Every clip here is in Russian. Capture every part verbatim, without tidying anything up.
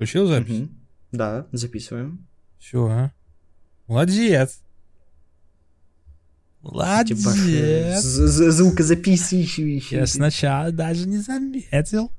Включил запись? Угу. Да, записываем. Все, а? Молодец. Молодец. Звукозаписывающий. Я сначала даже не заметил.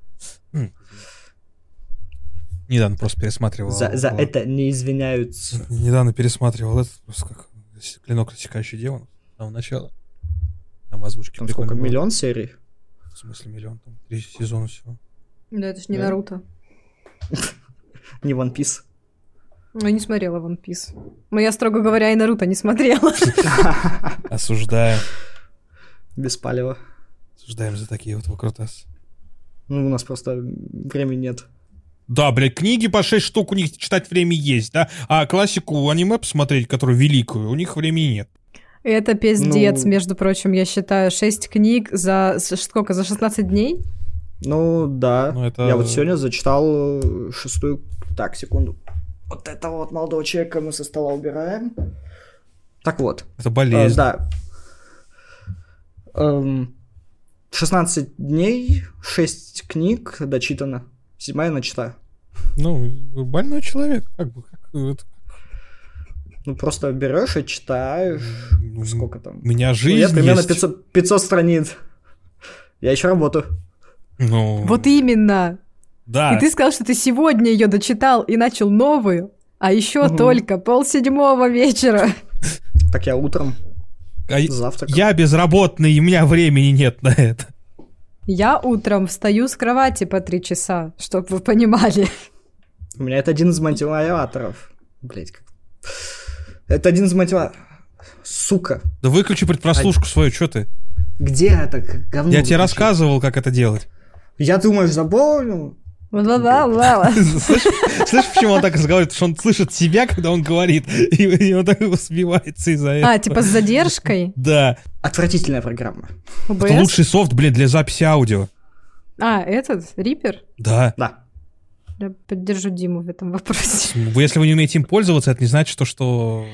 Недавно просто пересматривал. За, за это не извиняются. Недавно пересматривал этот, просто как «Клинок, рассекающий демонов». С самого начала. Там в озвучке Там сколько, было. Миллион серий? В смысле миллион? Там три сезона всего. Да, это ж не Да. Наруто. Не One Piece. Ну, я не смотрела One Piece. Но я, строго говоря, и Наруто не смотрела. Осуждаем. Без палева. Осуждаем за такие вот выкрутасы. Ну, у нас просто времени нет. Да, блядь, книги по шесть штук у них читать время есть, да? А классику аниме посмотреть, которую великую, у них времени нет. Это пиздец, Ну- между прочим, я считаю. Шесть книг за с- сколько? За шестнадцать дней? Ну, да. Ну, это- Я вот сегодня зачитал э, шестую... Так, секунду. Вот этого вот молодого человека мы со стола убираем. Так вот. Это Э, болезнь. да. Эм, шестнадцать дней, шесть книг дочитано. Седьмая начата. Ну, больной человек, как бы. Как, это, Ну, просто берешь и читаешь. ну, Сколько там? У меня Ну, жизнь я примерно есть. пятьсот, пятьсот страниц. Я еще работаю. Ну, Вот именно. да. И ты сказал, что ты сегодня ее дочитал и начал новую, а еще Мгм. только полседьмого вечера. Так я утром А завтракал. я безработный, и у меня времени нет на это. Я утром встаю с кровати по три часа, чтобы вы понимали. У меня это один из мотиваторов. Блять, как... Это один из мотиваторов. Сука. Да выключи предпрослушку свою, что ты? Где это говно? Я тебе выключить? рассказывал, как это делать. Я, думаешь, запомнил? Ла-ла-ла-ла. Слышь, слышь, почему он так разговаривает? Потому что он слышит себя, когда он говорит, и, и он так сбивается из-за этого. А, типа с задержкой? Да. Отвратительная программа. Это ОБС? лучший софт, блин, для записи аудио. А, этот? Рипер? Да. Да. Я поддержу Диму в этом вопросе. Вы, если вы не умеете им пользоваться, это не значит, что, что...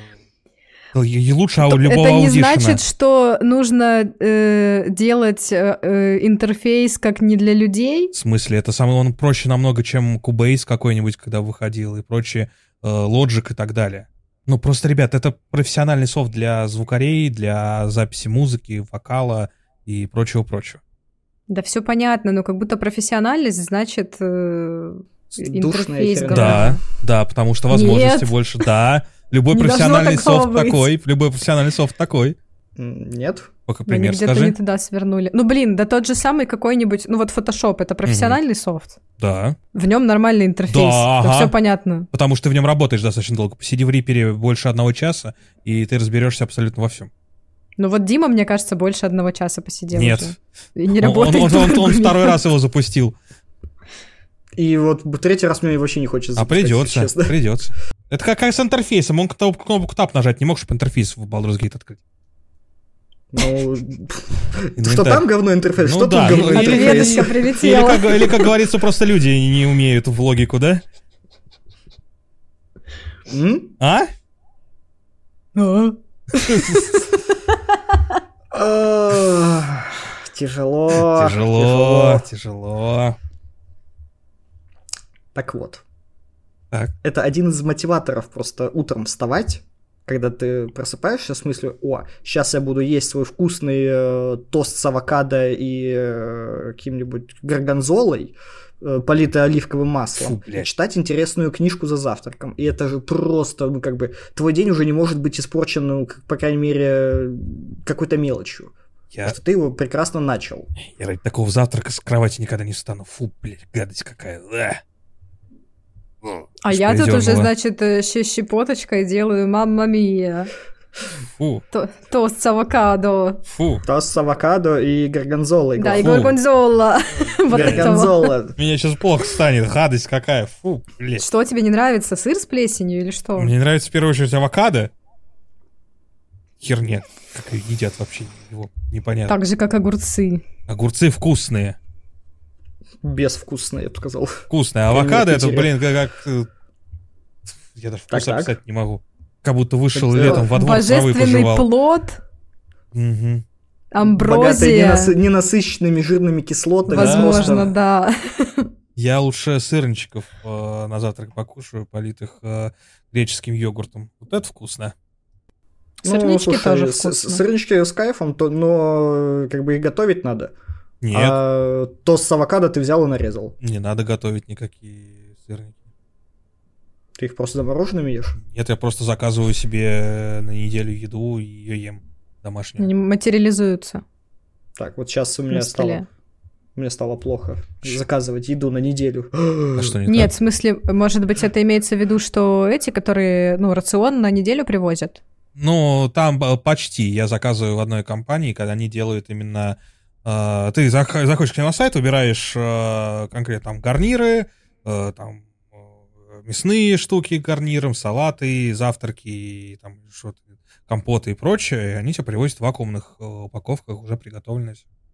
и лучше ау- любого Это не аудишена. значит, что нужно э, делать э, э, интерфейс как не для людей. В смысле, это самый он проще намного, чем Cubase какой-нибудь, когда выходил, и прочее, э, Logic и так далее. Ну, просто, ребят, это профессиональный софт для звукарей, для записи музыки, вокала и прочего-прочего. Да все понятно, но как будто профессиональность значит э, Душная интерфейс. херня. говна. Да, да, потому что возможности Нет. больше, да. Любой Не профессиональный должно такого софт быть. такой, любой профессиональный софт такой. М, Нет. Пока Они пример где-то скажи. не туда свернули. Ну, блин, да тот же самый какой-нибудь, ну вот Photoshop, это профессиональный софт. Да, В нем нормальный интерфейс. Да, ага. Все понятно. потому что ты в нем работаешь достаточно долго. Посиди в Рипере больше одного часа, и ты разберешься абсолютно во всем. Ну вот Дима, мне кажется, больше одного часа посидел Нет. уже. И не Он, работает. он- он- он другими. второй раз его запустил. И вот третий раз мне вообще не хочется А запускать, придется, честно. придется. Это как, как с интерфейсом. Он кнопку, кнопку тап нажать не мог, чтобы интерфейс в Baldur's Gate открыть. Ну, Инвентарь. что там говно интерфейс, Ну что да, тут говно или- интерфейс. Ответочка Или прилетела. как, или, как говорится, просто люди не умеют в логику, да? М? А? Ах, Тяжело. Тяжело, тяжело. Так вот. Так. Это один из мотиваторов просто утром вставать, когда ты просыпаешься с мыслью: о, сейчас я буду есть свой вкусный э, тост с авокадо и э, каким-нибудь горгонзолой, э, политый оливковым маслом, Фу, блядь. и читать интересную книжку за завтраком. И это же просто, ну, как бы, твой день уже не может быть испорчен, ну, как- по крайней мере, какой-то мелочью. Я, Потому что ты его прекрасно начал. я ради такого завтрака с кровати никогда не встану. Фу, блядь, гадость какая. Да. А Аж я тут уже, передёрнуло. значит, э, щ- щепоточкой делаю мамма мия. Фу, То- Тост с авокадо. фу. Тост с авокадо и горгонзолой. Да, и Фу. горгонзола. Вот этого. Горгонзола. Мне сейчас плохо станет, гадость какая. Фу, блядь. Что тебе не нравится? Сыр с плесенью или что? Мне нравится в первую очередь авокадо. Херня. Как ее едят вообще, его непонятно. Так же, как огурцы. Огурцы вкусные. Безвкусная, я бы сказал. Вкусные. А авокадо это, Питере. блин, как... как, э, я даже вкус Так, так. описать не могу. Как будто вышел Так, летом во двор травы Божественный пожевал. плод, Мгм. Богатые амброзия. ненасы- ненасыщенными жирными кислотами. Возможно, просто да. Я лучше сырничков э, на завтрак покушаю, политых э, греческим йогуртом. Вот это вкусно. Сырнички ну, слушай, тоже с- вкусно. Сырнички с кайфом, то, но как бы их готовить надо. Нет, А тост с авокадо ты взял и нарезал. не надо готовить никакие сырники. Ты их просто замороженными ешь? Нет, я просто заказываю себе на неделю еду и ее ем домашнюю. Они материализуются Так, вот сейчас у на меня столе. стало, мне стало плохо заказывать еду на неделю. А что не Нет, так? в смысле, может быть, это имеется в виду, что эти, которые, ну, рацион на неделю привозят? Ну, там э, почти. Я заказываю в одной компании, когда они делают именно... э, ты зах- заходишь к ним на сайт, выбираешь э, конкретно там гарниры, э, там э, мясные штуки к гарнирам, салаты, завтраки, там что-то, компоты и прочее, и они тебе привозят в вакуумных э, упаковках уже приготовленное.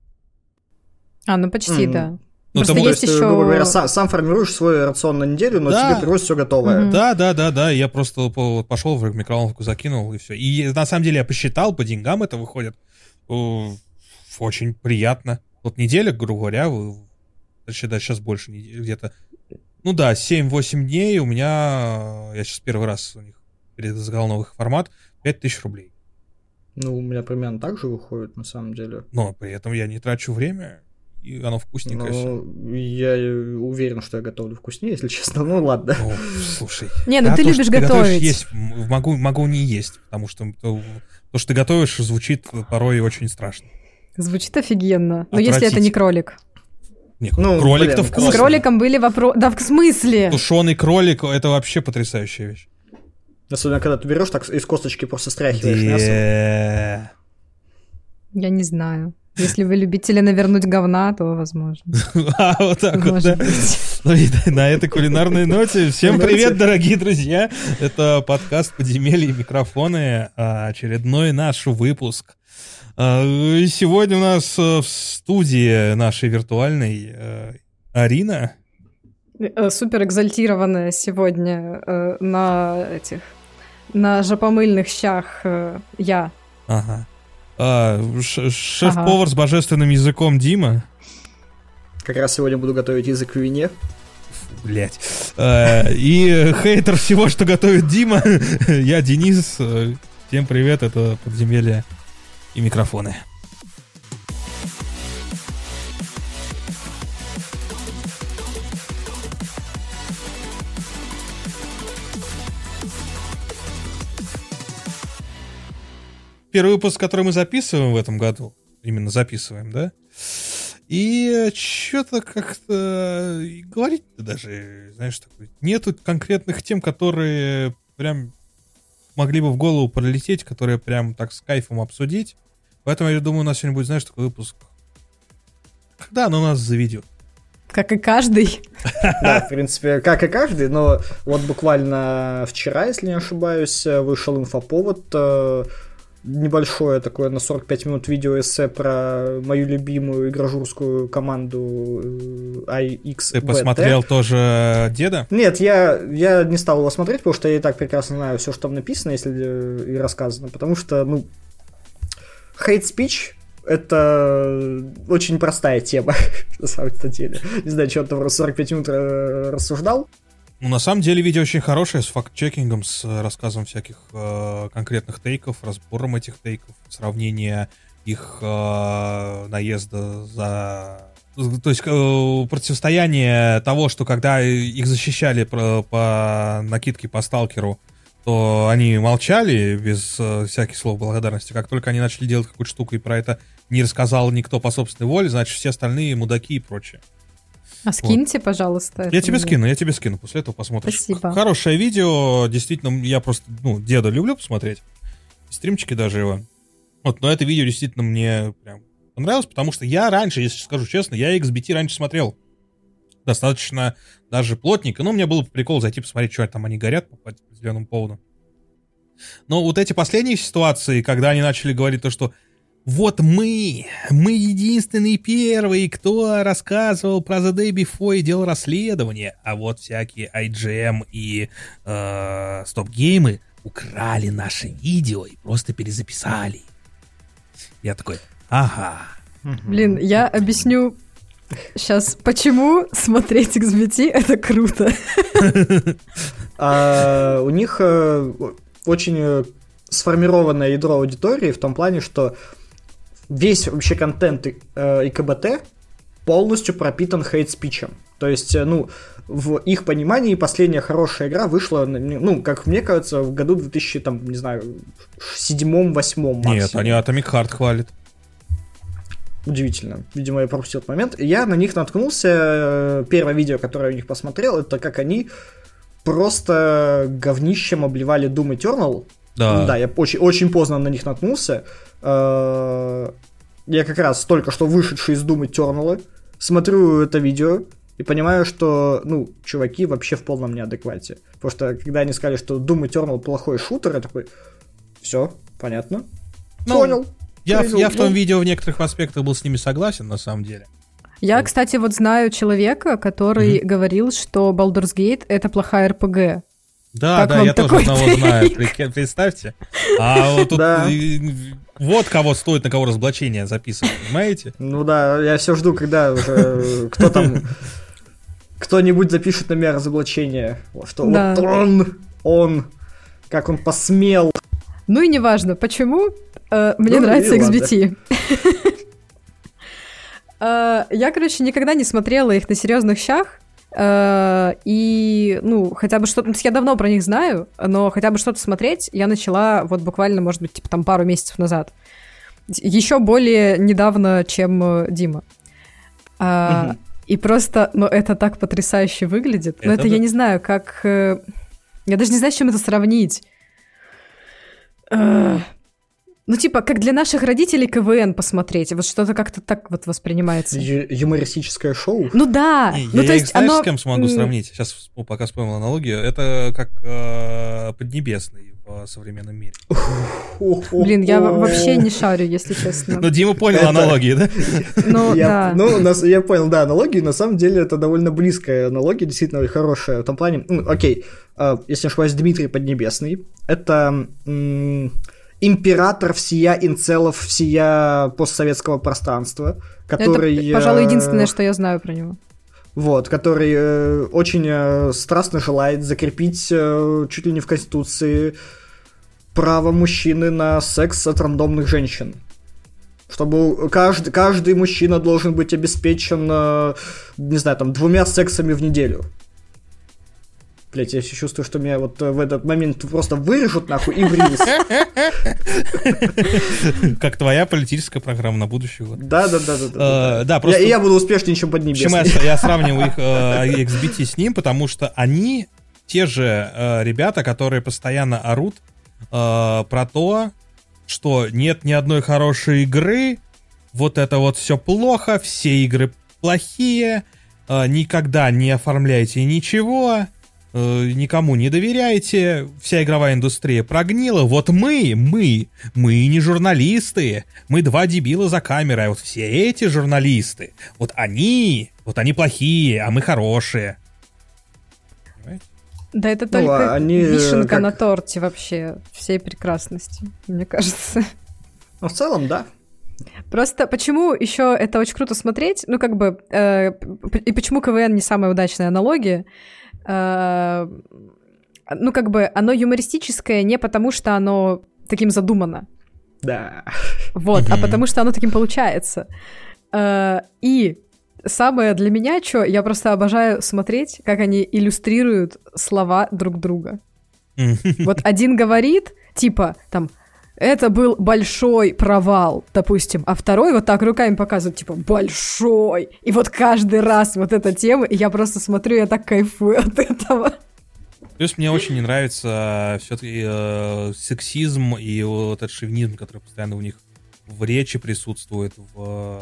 А, ну почти, Мгм. да. Ну, Просто ты То есть есть, ты, еще... грубо говоря, сам, сам формируешь свой рацион на неделю, но Да. тебе привозят все готовое. Мгм. Да, да, да, да, я просто по- пошел в микроволновку, закинул, и все. И на самом деле я посчитал, по деньгам это выходит э, очень приятно. Вот неделя, грубо говоря, вы- точнее, да, сейчас больше недели, где-то, ну да, семь-восемь дней у меня, я сейчас первый раз у них перезаказал новый формат, пять тысяч рублей. Ну, у меня примерно так же выходит, на самом деле. Но при этом я не трачу время, и оно вкусненькое всё. Ну, я уверен, что я готовлю вкуснее, если честно. Ну, ладно. Ну, слушай. Не, ну а ты то, любишь что ты готовишь, готовить. есть, м, могу, могу не есть, потому что то, то, что ты готовишь, звучит порой очень страшно. Звучит офигенно. Но если это не кролик. Не, Ну, кролик-то блин, вкусный. С кроликом были вопросы... Да, в смысле? Тушеный кролик — это вообще потрясающая вещь. Особенно, когда ты берешь, так из косточки просто стряхиваешь мясо. Де- Я не знаю. Если вы любители навернуть говна, то возможно. А, вот так вот, Может да. быть. Ну и на этой кулинарной ноте всем Ноте. привет, дорогие друзья. Это подкаст «Подземелье и микрофоны», а, очередной наш выпуск. А, и Сегодня у нас э, в студии нашей виртуальной э, Арина. Э, Супер экзальтированная сегодня э, на этих... На жопомыльных щах э, я. Ага. А, ш- шеф-повар с божественным языком Дима. Как раз сегодня буду готовить язык в вине. Блять. И хейтер всего, что готовит Дима. Я Денис. Всем привет, это «Подземелье и микрофоны». Первый выпуск, который мы записываем в этом году. Именно записываем, да? И что-то как-то и говорить-то даже, знаешь, такой, нету конкретных тем, которые прям могли бы в голову пролететь, которые прям так с кайфом обсудить. Поэтому я думаю, у нас сегодня будет, знаешь, такой выпуск. Когда оно нас заведет? Как и каждый. Да, в принципе, как и каждый, но вот буквально вчера, если не ошибаюсь, вышел инфоповод, э, небольшое такое на сорок пять минут видеоэссе про мою любимую игрожурскую команду э, ай икс би ти. Ты посмотрел тоже «Деда»? Нет, я, я не стал его смотреть, потому что я и так прекрасно знаю все, что там написано, если э, и рассказано, потому что, ну, hate speech — это очень простая тема, на самом-то деле. Не знаю, что он там сорок пять минут э, рассуждал. Ну, на самом деле, видео очень хорошее, с факт-чекингом, с э, рассказом всяких э, конкретных тейков, разбором этих тейков, сравнение их э, наезда за... То есть э, противостояние того, что когда их защищали про, по накидке по сталкеру, то они молчали без э, всяких слов благодарности. Как только они начали делать какую-то штуку и про это не рассказал никто по собственной воле, значит, все остальные мудаки и прочее. А скиньте, вот. Пожалуйста. Я тебе мне. скину, я тебе скину, после этого посмотришь. Спасибо. Хорошее видео, действительно, я просто, ну, «Деда» люблю посмотреть, стримчики даже его. Вот, но это видео действительно мне прям понравилось, потому что я раньше, если скажу честно, я икс би ти раньше смотрел достаточно даже плотненько, но мне было прикол зайти посмотреть, что там они горят по определенному поводу. Но вот эти последние ситуации, когда они начали говорить то, что вот мы, мы единственные первые, кто рассказывал про The Day Before и делал расследование, а вот всякие ай джи эм и э, стоп-геймы украли наше видео и просто перезаписали. Я такой, ага. Блин, я объясню Сейчас, почему смотреть икс би ти это круто? А, у них э, очень сформированное ядро аудитории в том плане, что весь вообще контент э, ИКБТ полностью пропитан хейт-спичем. То есть, ну, в их понимании последняя хорошая игра вышла, ну, как мне кажется, в году две тысячи, там, не знаю, седьмом-восьмом максимум. Нет, они Atomic Heart хвалят. Удивительно. Видимо, я пропустил этот момент. Я на них наткнулся. Первое видео, которое у них посмотрел, это как они просто говнищем обливали Doom Eternal. Да. Да, я очень, очень поздно на них наткнулся. Я как раз только что вышедший из Doom Eternal смотрю это видео и понимаю, что, ну, чуваки вообще в полном неадеквате. Потому что, когда они сказали, что Doom Eternal плохой шутер, я такой, все, понятно, ну, понял. Я, я в том видео в некоторых аспектах был с ними согласен, на самом деле. Я, кстати, вот знаю человека, который mm-hmm. говорил, что Baldur's Gate — это плохая эр пи джи. Да, как да, я тоже одного знаю, представьте. А вот тут вот кого стоит на кого разоблачение записывать, понимаете? Ну да, я все жду, когда уже кто там, кто-нибудь запишет на меня разоблачение, что вот он, он, как он посмел. Ну и неважно, почему. Uh, мне ну, нравится икс би ти. uh, я, короче, никогда не смотрела их на серьезных щах. Uh, и, ну, хотя бы что-то... Я давно про них знаю, но хотя бы что-то смотреть я начала вот буквально, может быть, типа там пару месяцев назад. Еще более недавно, чем Дима. Uh, угу. И просто, ну, это так потрясающе выглядит. Это но это, да. Я не знаю, как... Я даже не знаю, с чем это сравнить. Uh, Ну, типа, как для наших родителей КВН посмотреть. Вот что-то как-то так вот воспринимается. Ю- юмористическое шоу? Ну да. Не, ну, я, то я есть знаешь, оно... с кем смогу сравнить? Сейчас, пока вспомнил аналогию. Это как э, Поднебесный в современном мире. Блин, я вообще не шарю, если честно. Ну, Дима понял аналогии, да? Ну, да. Ну, я понял, да, аналогии. На самом деле, это довольно близкая аналогия, действительно хорошая. В том плане... Окей, если не ошибаюсь, Дмитрий Поднебесный. Это... император всея инцелов, всея постсоветского пространства, который... Это, пожалуй, единственное, что я знаю про него. Вот, который э, очень э, страстно желает закрепить э, чуть ли не в Конституции право мужчины на секс от рандомных женщин. Чтобы каждый, каждый мужчина должен быть обеспечен, э, не знаю, там, двумя сексами в неделю. Блять, я все чувствую, что меня вот в этот момент просто вырежут нахуй и в рилс. Как твоя политическая программа на будущее год. Да, да, да, да. Да, просто. Я буду успешнее, чем Поднебесный. Почему я сравниваю их икс би ти с ним, потому что они те же ребята, которые постоянно орут про то, что нет ни одной хорошей игры, вот это вот все плохо, все игры плохие, никогда не оформляйте ничего. Никому не доверяйте, вся игровая индустрия прогнила. Вот мы, мы, мы не журналисты, мы два дебила за камерой, а вот все эти журналисты, вот они, вот они плохие, а мы хорошие. Понимаете? Да это только ну, они, вишенка как... на торте вообще всей прекрасности, мне кажется. Ну, в целом, да. Просто почему еще это очень круто смотреть, ну как бы, э, и почему КВН не самая удачная аналогия, Uh, ну, как бы, оно юмористическое не потому, что оно таким задумано. Да. Вот, mm-hmm. а потому что оно таким получается. Uh, и самое для меня, что я просто обожаю смотреть, как они иллюстрируют слова друг друга. Mm-hmm. Вот один говорит, типа, там, это был большой провал, допустим, а второй вот так руками показывает, типа, большой. И вот каждый раз вот эта тема, и я просто смотрю, я так кайфую от этого. Плюс мне очень не нравится все-таки э, сексизм и вот этот шовинизм, который постоянно у них в речи присутствует, в,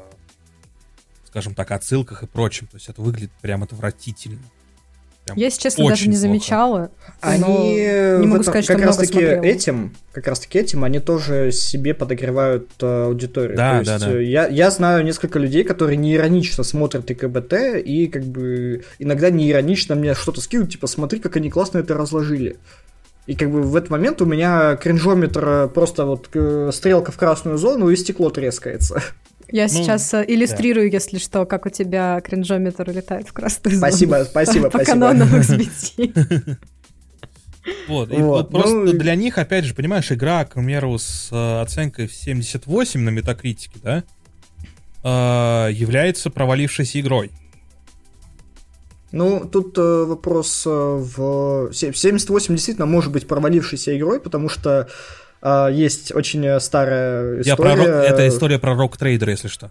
скажем так, отсылках и прочем. То есть это выглядит прям отвратительно. Прям я, если честно, даже не плохо. замечала. Они не могу сказать, как что раз много таки смотрела. этим, как раз таки этим они тоже себе подогревают э, аудиторию. Да, То да, есть, да. Я, я знаю несколько людей, которые неиронично смотрят ИКБТ и как бы иногда неиронично мне что-то скидывают, типа, смотри, как они классно это разложили. И как бы в этот момент у меня кринжометр просто вот стрелка в красную зону и стекло трескается. Я ну, сейчас иллюстрирую, да. если что, как у тебя кринжометр улетает в красную зону. Спасибо, спасибо, по спасибо. По канонам икс би ти. Вот, и вот, вот просто ну... для них, опять же, понимаешь, игра, к примеру, с оценкой в семьдесят восемь на метакритике, да, является провалившейся игрой. Ну, тут э, вопрос э, в... семьдесят восемь действительно может быть провалившейся игрой, потому что э, есть очень старая история... Я про... Это история про Rogue Trader, если что.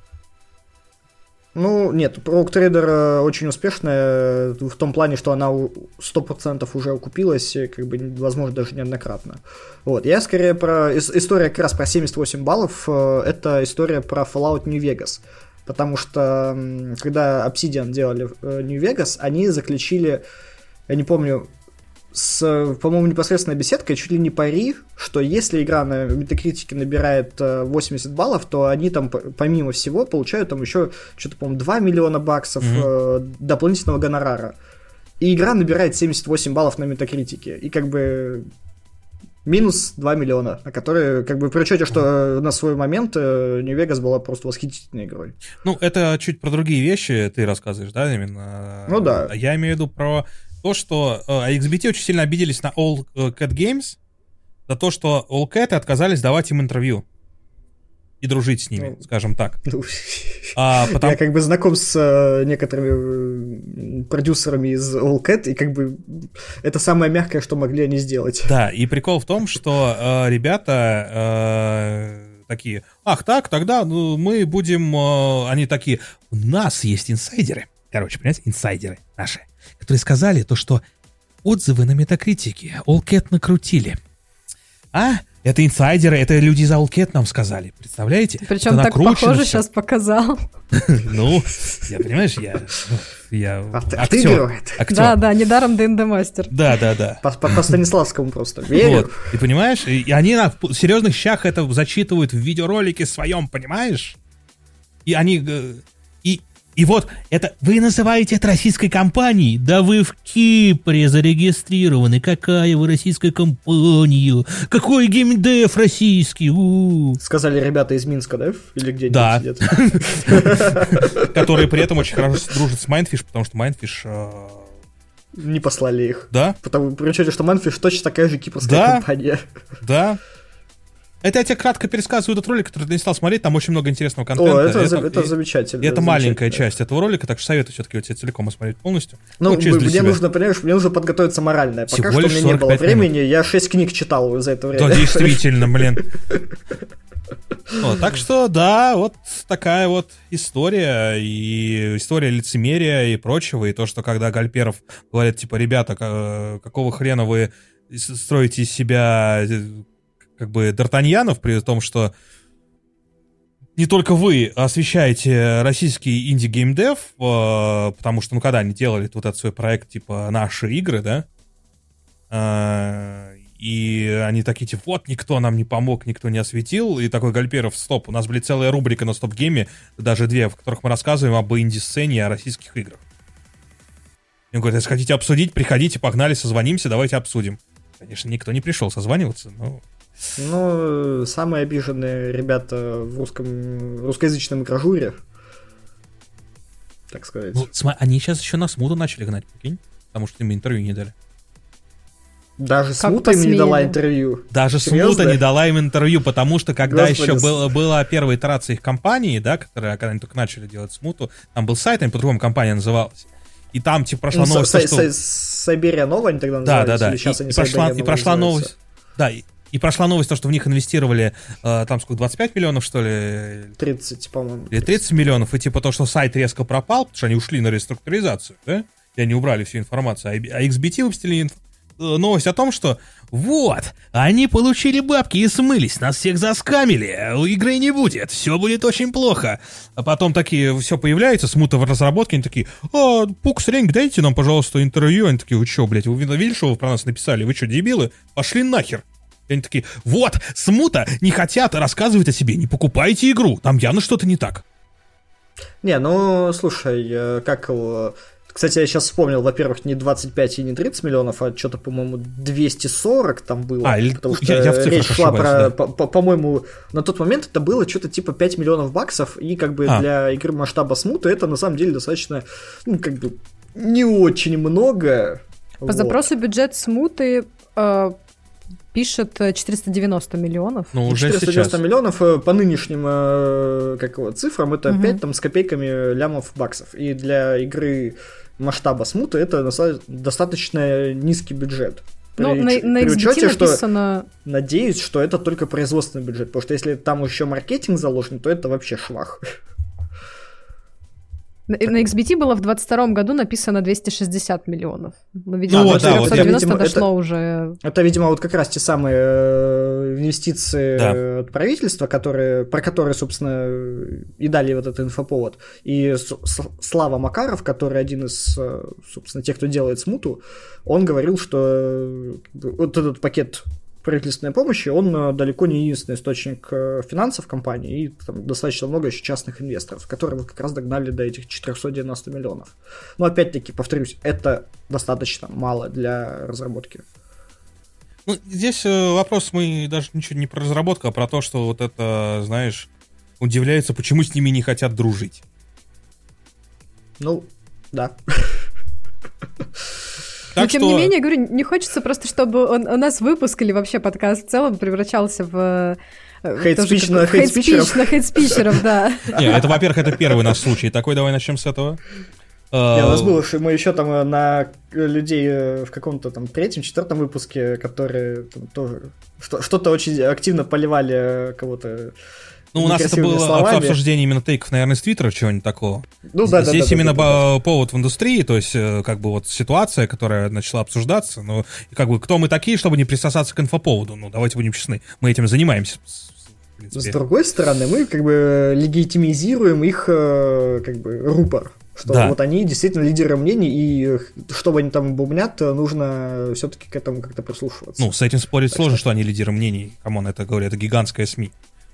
Ну, нет, Rogue Trader очень успешная в том плане, что она сто процентов уже окупилась, как бы, возможно, даже неоднократно. Вот, я скорее про... История как раз про семьдесят восемь баллов, э, это история про Fallout New Vegas. Потому что, когда Obsidian делали New Vegas, они заключили, я не помню, с, по-моему, непосредственно беседкой, чуть ли не пари, что если игра на Metacritic набирает восемьдесят баллов, то они там, помимо всего, получают там еще, что-то, по-моему, два миллиона баксов mm-hmm. дополнительного гонорара. И игра набирает семьдесят восемь баллов на Metacritic. И как бы... Минус два миллиона, а которые, как бы, при учете, что на свой момент New Vegas была просто восхитительной игрой. Ну, это чуть про другие вещи ты рассказываешь, да, именно? Ну да. Я имею в виду про то, что икс би ти очень сильно обиделись на All Cat Games за то, что All Cat отказались давать им интервью и дружить с ними, ну, скажем так. Ну, а, потому... Я как бы знаком с uh, некоторыми продюсерами из All Cat, и как бы это самое мягкое, что могли они сделать. Да, и прикол в том, что э, ребята э, такие, ах так, тогда ну, мы будем, э, они такие, у нас есть инсайдеры, короче, понимаете, инсайдеры наши, которые сказали то, что отзывы на Метакритике All Cat накрутили. А? Это инсайдеры, это люди из All Cat нам сказали, представляете? Причем так похоже сейчас показал. Ну, я, понимаешь, я... я актер. Да, да, недаром ди энд ди мастер. Да, да, да. По Станиславскому просто. Верю. И понимаешь, и они на серьезных щах это зачитывают в видеоролике своем, понимаешь? И они... И И вот, это вы называете это российской компанией? Да вы в Кипре зарегистрированы. Какая вы российская компания? Какой геймдев российский? У-у-у. Сказали ребята из Минска, да? Или где-нибудь да. сидят? Которые при этом очень хорошо дружат с Mindfish, потому что Mindfish... Не послали их. Да? Потому, при учете, что Mindfish точно такая же кипрская да? компания. Да. Это я тебе кратко пересказываю этот ролик, который ты не стал смотреть, там очень много интересного контента. О, это, это, это, это замечательно. Это замечательно. маленькая часть этого ролика, так что советую все-таки вот тебе целиком осмотреть полностью. Ну, ну мне себя. нужно, понимаешь, мне нужно подготовиться морально. Пока Всего что у меня не было времени, минут. Я шесть книг читал за это время. Да, действительно, блин. Вот, так что, да, вот такая вот история, и история лицемерия и прочего, и то, что когда Гальперов говорит, типа, ребята, какого хрена вы строите из себя... как бы Д'Артаньянов, при том, что не только вы освещаете российский инди-геймдев, э, потому что, ну, когда они делали вот этот свой проект, типа, наши игры, да, э, и они такие, типа, вот, никто нам не помог, никто не осветил, и такой Гальперов, стоп, у нас, блин, целая рубрика на Стоп-гейме, даже две, в которых мы рассказываем об инди-сцене и о российских играх. И он говорит, если хотите обсудить, приходите, погнали, созвонимся, давайте обсудим. Конечно, никто не пришел созваниваться, но... Ну, самые обиженные ребята в русском, русскоязычном игражуре, так сказать. Ну, смотри, они сейчас еще на Смуту начали гнать, прикинь, потому что им интервью не дали. Даже Смута им не дала интервью? Даже Смута не дала им интервью, потому что когда Господи. еще был, была первая итерация их компании, да, которая, когда они только начали делать Смуту, там был сайт, они по-другому компания называлась. И там, типа, прошла ну, новость, что... Сайберия Нова они тогда назывались? Да, да, да. И, и, и, прошла, и прошла новость... Да, и, и прошла новость, то, что в них инвестировали, э, там, сколько, двадцать пять миллионов, что ли? тридцать, по-моему. Или тридцать миллионов, и типа то, что сайт резко пропал, потому что они ушли на реструктуризацию, да? И они убрали всю информацию. А икс би ти выпустили инф... новость о том, что вот, они получили бабки и смылись, нас всех заскамили, игры не будет, все будет очень плохо. А потом такие, все появляется, Смута в разработке, они такие, а, Пукс Ренг, дайте нам, пожалуйста, интервью. Они такие, вы что, блядь, вы видели, что вы про нас написали? Вы что, дебилы? Пошли нахер. И они такие, вот, Смута не хотят рассказывать о себе, не покупайте игру, там явно что-то не так. Не, ну, слушай, как его... Кстати, я сейчас вспомнил, во-первых, не двадцать пять и не тридцать миллионов, а что-то, по-моему, двести сорок там было. А, или... потому что я, я в речь шла ошибаюсь, про, да. по- по- по-моему, на тот момент это было что-то типа пять миллионов баксов, и как бы а. для игры масштаба смута это на самом деле достаточно, ну, как бы, не очень много. По вот. запросу бюджет смуты э, пишет четыреста девяносто миллионов. Ну, уже четыреста девяносто сейчас. миллионов по нынешним э, как его, цифрам это угу. пять там, с копейками лямов баксов. И для игры масштаба смута это достаточно низкий бюджет. Ну, при, на, на при учете, написано... что надеюсь, что это только производственный бюджет, потому что если там еще маркетинг заложен, то это вообще швах. На, на икс би ти было в двадцать втором году написано двести шестьдесят миллионов. Ну, видимо, ну, до вот, да, четыреста девяносто вот, дошло это, уже. Это, видимо, вот как раз те самые инвестиции да. от правительства, которые, про которые, собственно, и дали вот этот инфоповод. И Слава Макаров, который один из, собственно, тех, кто делает смуту, он говорил, что вот этот пакет правительственной помощи, он далеко не единственный источник финансов компании, и там достаточно много еще частных инвесторов, которые как раз догнали до этих четыреста девяносто миллионов. Но опять-таки, повторюсь, это достаточно мало для разработки. Ну, здесь вопрос, мы даже ничего не про разработку, а про то, что вот это, знаешь, удивляется, почему с ними не хотят дружить. Ну, да. Так Но, что... тем не менее, говорю, не хочется просто, чтобы он, у нас выпуск или вообще подкаст в целом превращался в... Хейт-спич на хейт-спичеров. На хейт-спичеров, да. Не, это, во-первых, это первый наш случай. Такой, давай начнем с этого. Не, у нас было, мы еще там на людей в каком-то там третьем, четвертом выпуске, которые там тоже что-то очень активно поливали кого-то. Ну, у нас это было словами. Обсуждение именно тейков, наверное, с Твиттера, чего-нибудь такого. Ну, да, Здесь да, именно да, да, да. повод в индустрии, то есть как бы вот ситуация, которая начала обсуждаться, ну, как бы кто мы такие, чтобы не присосаться к инфоповоду? Ну, давайте будем честны, мы этим занимаемся. С другой стороны, мы как бы легитимизируем их как бы рупор. Что да. вот они действительно лидеры мнений, и чтобы они там бубнят, нужно все-таки к этому как-то прислушиваться. Ну, с этим спорить так сложно, что... что они лидеры мнений. Камон, это, говорю, это гигантская СМИ.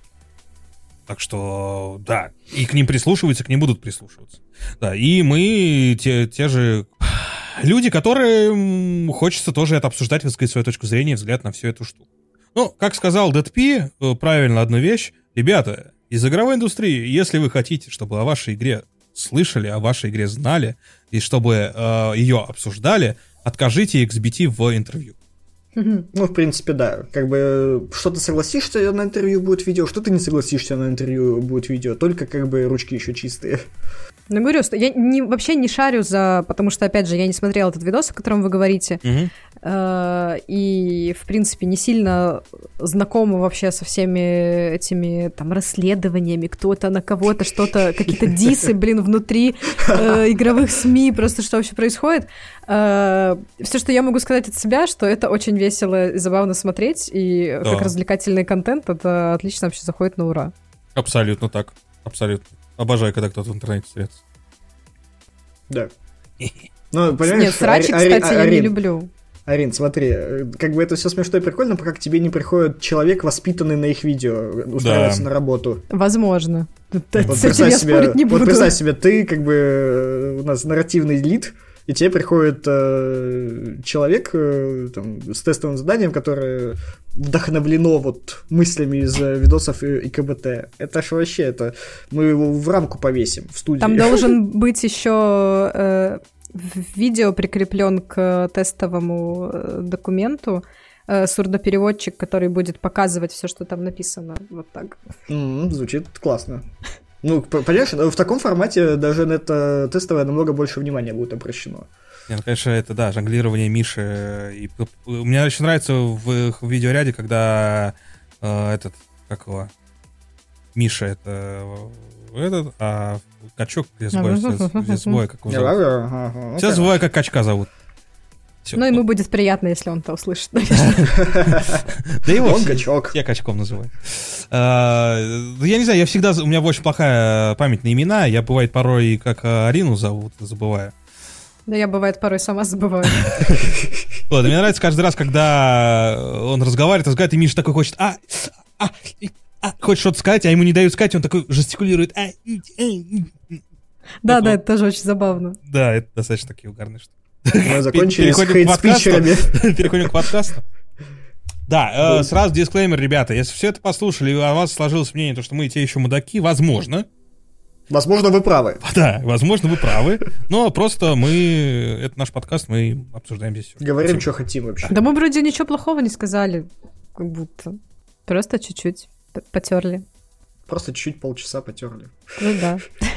Так что, да, и к ним прислушиваются, к ним будут прислушиваться. Да, и мы те, те же люди, которые хочется тоже это обсуждать, высказать свою точку зрения, взгляд на всю эту штуку. Ну, как сказал Дэдпи, правильно одну вещь. Ребята, из игровой индустрии, если вы хотите, чтобы о вашей игре слышали, о вашей игре знали, и чтобы э, ее обсуждали, откажите икс би ти в интервью. Ну, в принципе, да. Как бы, что ты согласишься на интервью, будет видео, что ты не согласишься на интервью, будет видео. Только, как бы, ручки еще чистые. Ну, говорю, я не, вообще не шарю за... Потому что, опять же, я не смотрела этот видос, о котором вы говорите. Угу. Э, и, в принципе, не сильно знакома вообще со всеми этими, там, расследованиями. Кто-то на кого-то, что-то, какие-то дисы, блин, внутри э, игровых СМИ. Просто что вообще происходит. Э, все, что я могу сказать от себя, что это очень весело и забавно смотреть. И да. как развлекательный контент это отлично вообще заходит на ура. Абсолютно так. Абсолютно. Обожаю, когда кто-то в интернете встретится. Да. Ну, понимаешь, Нет, срачи, Ари, кстати, Ари, я не люблю. Арин, смотри, как бы это все смешно и прикольно, пока к тебе не приходит человек, воспитанный на их видео, устраивается да. на работу. Возможно. Вот с этим я себе, спорить не буду. Вот представь себе, ты как бы у нас нарративный лид, и тебе приходит э, человек э, там, с тестовым заданием, которое вдохновлено вот мыслями из видосов и, и КБТ. Это ж вообще, это мы его в рамку повесим в студии. Там должен быть еще э, видео прикреплен к тестовому документу, э, сурдопереводчик, который будет показывать все, что там написано. Вот так. Mm-hmm, звучит классно. Ну, понимаешь, в таком формате даже на это тестовое намного больше внимания будет обращено. Нет, конечно, это, да, жонглирование Миши. И, мне очень нравится в, в видеоряде, когда э, этот, как его, Миша это этот, а качок, я забываю, я забываю, как его зовут. Сейчас забываю, как качка зовут. Все. Ну, ему будет приятно, если он это услышит, наверное. Да его он качок. Я качком называю. Я не знаю, я всегда... У меня очень плохая память на имена. Я, бывает, порой как Арину зовут, забываю. Да я, бывает, порой сама забываю. Вот, мне нравится каждый раз, когда он разговаривает, разговаривает, и Миша такой хочет... А, а, хочет что-то сказать, а ему не дают сказать, он такой жестикулирует. Да, да, это тоже очень забавно. Да, это достаточно такие угарные штуки. Мы закончили с хейт-спичерами. Переходим к подкасту. Да, сразу дисклеймер, ребята. Если все это послушали, и у вас сложилось мнение, что мы те еще мудаки, возможно. Возможно, вы правы. Да, возможно, вы правы. Но просто мы... Это наш подкаст, мы обсуждаем здесь все. Говорим, что хотим вообще. Да мы вроде ничего плохого не сказали. Как будто. Просто чуть-чуть потерли. Просто чуть-чуть полчаса потерли. Ну да.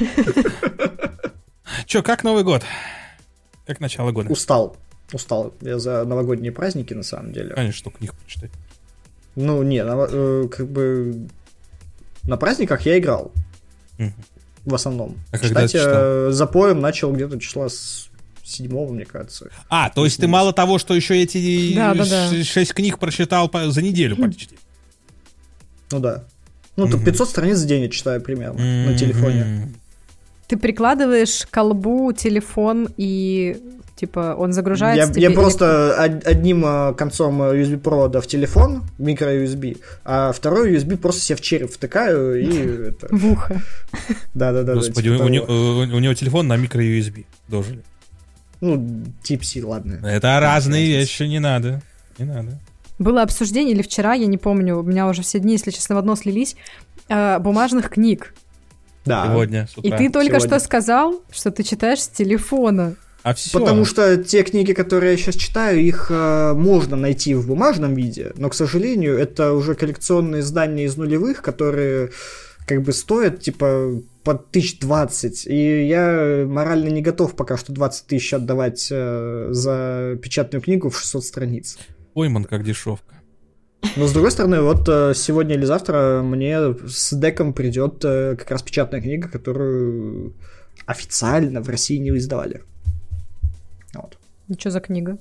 Че, как Новый год? Как начало года? Устал. Устал. Я за новогодние праздники, на самом деле. Конечно, что книг почитать. Ну, не, на, э, как бы... На праздниках я играл. Угу. В основном. А Читать э, запоем начал где-то числа с седьмого, мне кажется. А, то есть ты мало того, что еще эти да, да, да. шесть книг прочитал за неделю почти. Ну да. Ну, тут пятьсот страниц в день я читаю примерно mm-hmm. на телефоне. Ты прикладываешь к колбу телефон и, типа, он загружается? Я, тебе я просто одним концом ю эс би-провода в телефон, микро-ю эс би, а второй ю эс би просто себе в череп втыкаю и... это... В ухо. Да-да-да. Господи, у, у, у, у него телефон на микро-ю эс би дожили. Ну, тип-си, ладно. Это разные вещи, не надо. Не надо. Было обсуждение, или вчера, я не помню, у меня уже все дни, если честно, в одно слились, э, бумажных книг. Да. Сегодня, с утра. И ты только Сегодня. что сказал, что ты читаешь с телефона. А все. Потому что те книги, которые я сейчас читаю, их э, можно найти в бумажном виде, но, к сожалению, это уже коллекционные издания из нулевых, которые как бы стоят, типа, под тысяч двадцать, и я морально не готов пока что двадцать тысяч отдавать э, за печатную книгу в шестьсот страниц. Пойман как дешевка. Но, с другой стороны, вот сегодня или завтра мне с деком придет как раз печатная книга, которую официально в России не издавали. Вот. И что за книга?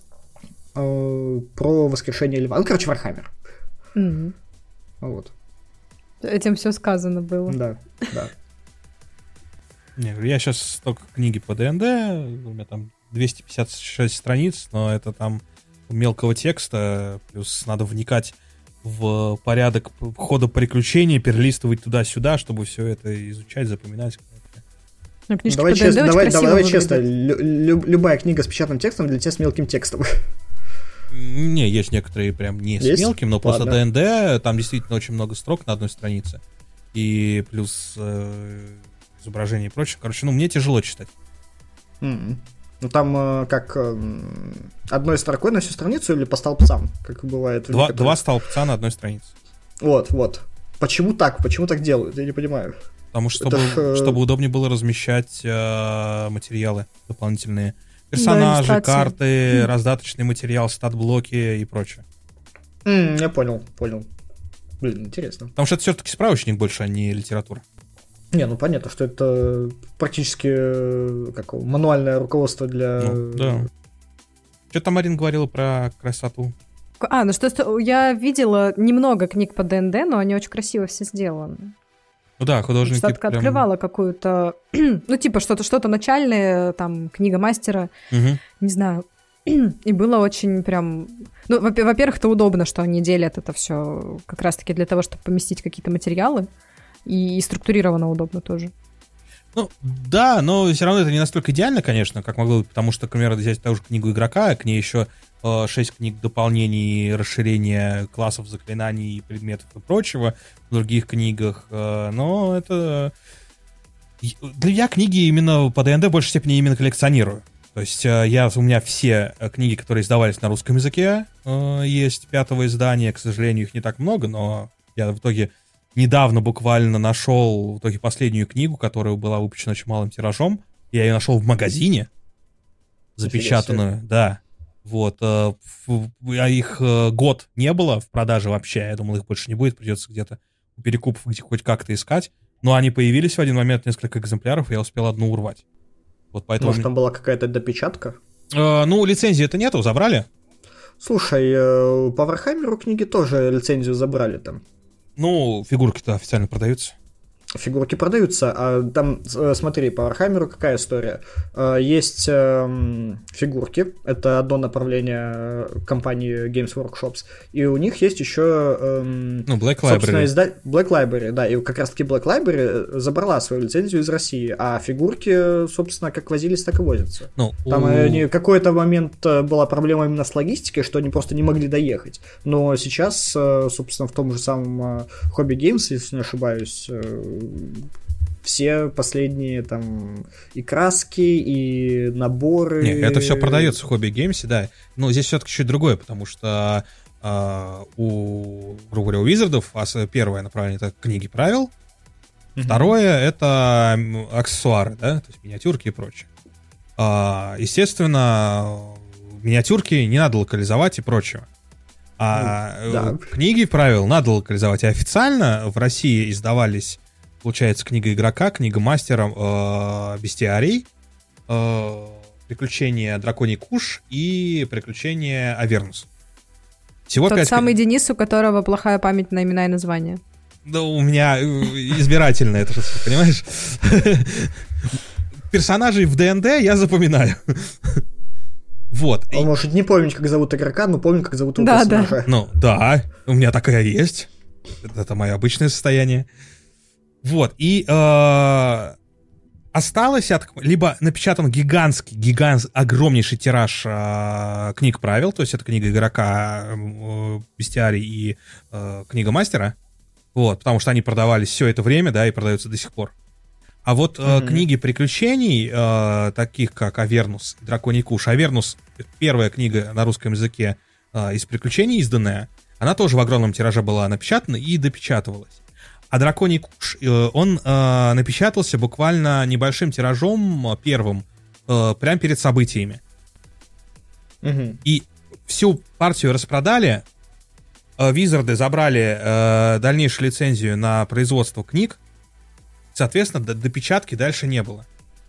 Про воскрешение льва. Ну, короче, Вархаммер. Mm-hmm. Вот. Этим все сказано было. Да, да. Не, я сейчас только книги по ДНД, у меня там двести пятьдесят шесть страниц, но это там мелкого текста, плюс надо вникать в порядок хода приключений, перелистывать туда-сюда, чтобы все это изучать, запоминать. Ну, давай честно, давай, давай честно, лю- любая книга с печатным текстом для тебя с мелким текстом. Не, есть некоторые прям не есть? С мелким, но после ДНД там действительно очень много строк на одной странице. И плюс э, изображение и прочее. Короче, ну мне тяжело читать. Mm-hmm. Ну там э, как э, одной строкой на всю страницу или по столбцам, как бывает? Два, два столбца на одной странице. Вот, вот. Почему так? Почему так делают? Я не понимаю. Потому что, чтобы, ж... чтобы удобнее было размещать э, материалы дополнительные. Персонажи, да, карты, mm. раздаточный материал, стат-блоки и прочее. Mm, я понял, понял. Блин, интересно. Потому что это все-таки справочник больше, а не литература. Не, ну понятно, что это практически как, мануальное руководство для... Ну, да. Что там Марин говорила про красоту? А, ну что, я видела немного книг по ДНД, но они очень красиво все сделаны. Ну да, художники что-то прям... открывала какую-то, ну типа что-то, что-то начальное, там, книга мастера, угу. не знаю. И было очень прям... Ну, во-первых, это удобно, что они делят это все как раз-таки для того, чтобы поместить какие-то материалы. И структурировано удобно тоже. Ну, да, но все равно это не настолько идеально, конечно, как могло быть, потому что, к примеру, взять ту же книгу игрока, к ней еще э, шесть книг дополнений, расширения классов, заклинаний, предметов и прочего в других книгах, э, но это... Для меня книги именно по ДНД в большей степени именно коллекционирую. То есть э, я, у меня все книги, которые издавались на русском языке, э, есть пятого издания, к сожалению, их не так много, но я в итоге... Недавно буквально нашел в итоге последнюю книгу, которая была выпущена очень малым тиражом. Я ее нашел в магазине, запечатанную, да. Вот. А их год не было в продаже вообще. Я думал, их больше не будет, придется где-то у перекупов хоть как-то искать. Но они появились в один момент, несколько экземпляров, и я успел одну урвать. Вот поэтому... Может, там была какая-то допечатка? А, ну, лицензии это нету, забрали. Слушай, по Вархаммеру книги тоже лицензию забрали там. Ну, фигурки-то официально продаются. фигурки продаются, а там, смотри, по Warhammer какая история. Есть э, фигурки, это одно направление компании Games Workshops, и у них есть еще э, ну, Black Library. Изда... Black Library, да, и как раз-таки Black Library забрала свою лицензию из России, а фигурки, собственно, как возились, так и возятся. Ну, там у... они, какой-то момент была проблема именно с логистикой, что они просто не могли доехать, но сейчас, собственно, в том же самом Hobby Games, если не ошибаюсь, все последние там и краски, и наборы. Нет, это все продается в Hobby Games, да. Но здесь все-таки чуть другое, потому что э, у, грубо говоря, у Визардов первое направление — это книги правил, mm-hmm. второе — это аксессуары, да, то есть миниатюрки и прочее. А, естественно, миниатюрки не надо локализовать и прочего. А mm, да. книги правил надо локализовать. И официально в России издавались, получается, книга игрока, книга мастера, э, бестиарий, э, приключения Драконий Куш и приключения Авернус. Всего Тот пять... самый Денис, у которого плохая память на имена и названия. Да у меня избирательно это, понимаешь? Персонажей в ДНД я запоминаю. Вот. Он может не помнить, как зовут игрока, но помнит, как зовут его да, персонажа. Да. Ну, да, у меня такая есть. Это мое обычное состояние. Вот, и э, осталось от... Либо напечатан гигантский, гигант, огромнейший тираж э, книг правил, то есть это книга игрока, э, бестиарий и э, книга мастера. Вот, потому что они продавались все это время, да, и продаются до сих пор. А вот э, mm-hmm. книги приключений, э, таких как Авернус, Драконий Куш. Авернус — первая книга на русском языке э, из приключений изданная. Она тоже в огромном тираже была напечатана и допечатывалась. А Драконий Куш, э, он э, напечатался буквально небольшим тиражом, первым, э, прямо перед событиями. Mm-hmm. И всю партию распродали. Э, Визарды забрали э, дальнейшую лицензию на производство книг. Соответственно, до допечатки дальше не было.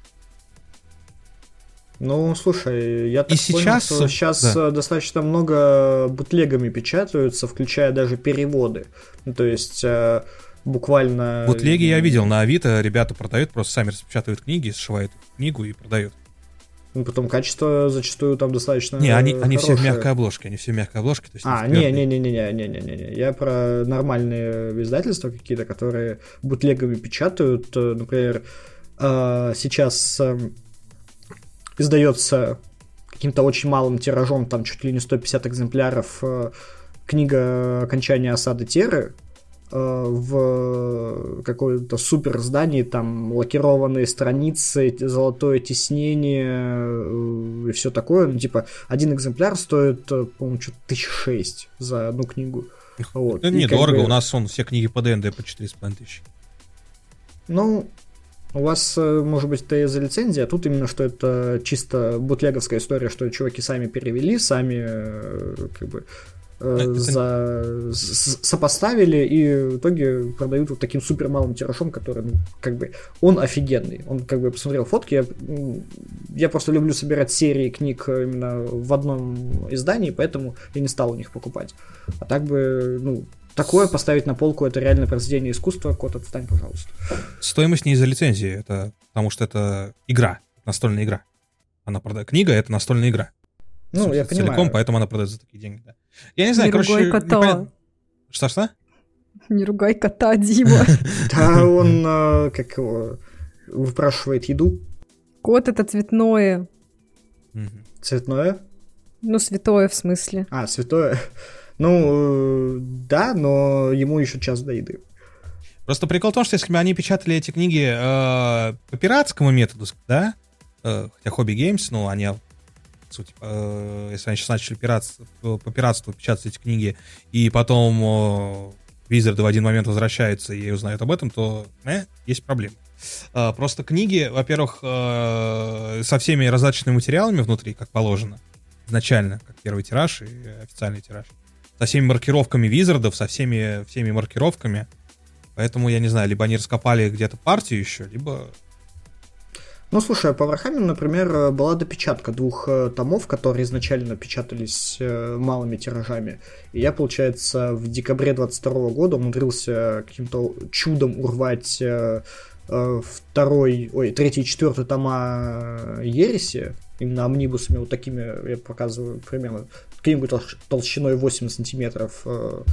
Ну, слушай, я так и понял, сейчас, что сейчас да. достаточно много бутлегами печатаются, включая даже переводы. Ну, то есть, э, буквально... Бутлеги я видел на Авито, ребята продают, просто сами распечатывают книги, сшивают книгу и продают. Ну, потом качество зачастую там достаточно Не, они, они все в хорошее. мягкой обложке, они все в мягкой обложке. То есть а, не-не-не-не-не-не-не-не. Я про нормальные издательства какие-то, которые бутлегами печатают. Например, сейчас издается каким-то очень малым тиражом, там чуть ли не сто пятьдесят экземпляров, книга «Окончание осады Терры», в какое-то супер издании, там лакированные страницы, золотое тиснение и все такое. Ну, типа, один экземпляр стоит, по-моему, что-то тысяч шесть за одну книгу. Вот. Это недорого, бы... у нас он все книги по ДНД по четыре с половиной тысячи. Ну, у вас, может быть, это из-за лицензии, а тут именно, что это чисто бутлеговская история, что чуваки сами перевели, сами как бы За... сопоставили и в итоге продают вот таким супер малым тиражом, который, ну, как бы, он офигенный. Он, как бы, я посмотрел фотки, я, я просто люблю собирать серии книг именно в одном издании, поэтому я не стал у них покупать. А так бы, ну, такое поставить на полку — это реальное произведение искусства. Кот, отстань, пожалуйста. Стоимость не из-за лицензии, это потому что это игра, настольная игра. Она продает. Книга — это настольная игра. Ну, я понимаю. Целиком, поэтому она продается за такие деньги, да. Я не знаю, не короче... ругай кота. Непонятно... Что-что? Не ругай кота, Дима. Да, он, как его, выпрашивает еду. Кот — это цветное. Цветное? Ну, святое в смысле. А, святое. Ну, да, но ему еще час до еды. Просто прикол в том, что если бы они печатали эти книги э, по пиратскому методу, да, э, хотя Hobby Games, ну, они... Суть, э, если они сейчас начали пиратство, по пиратству печатать эти книги, и потом э, Визарды в один момент возвращаются и узнают об этом, то э, есть проблемы. Э, просто книги, во-первых, э, со всеми раздаточными материалами внутри, как положено, изначально, как первый тираж и официальный тираж, со всеми маркировками Визардов, со всеми, всеми маркировками, поэтому, я не знаю, либо они раскопали где-то партию еще, либо... Ну, слушай, по Вархаммеру, например, была допечатка двух томов, которые изначально печатались малыми тиражами. И я, получается, в декабре двадцать второго года умудрился каким-то чудом урвать второй, ой, третий и четвертый тома Ереси, именно амнибусами, вот такими, я показываю примерно, каким-нибудь толщиной восемь сантиметров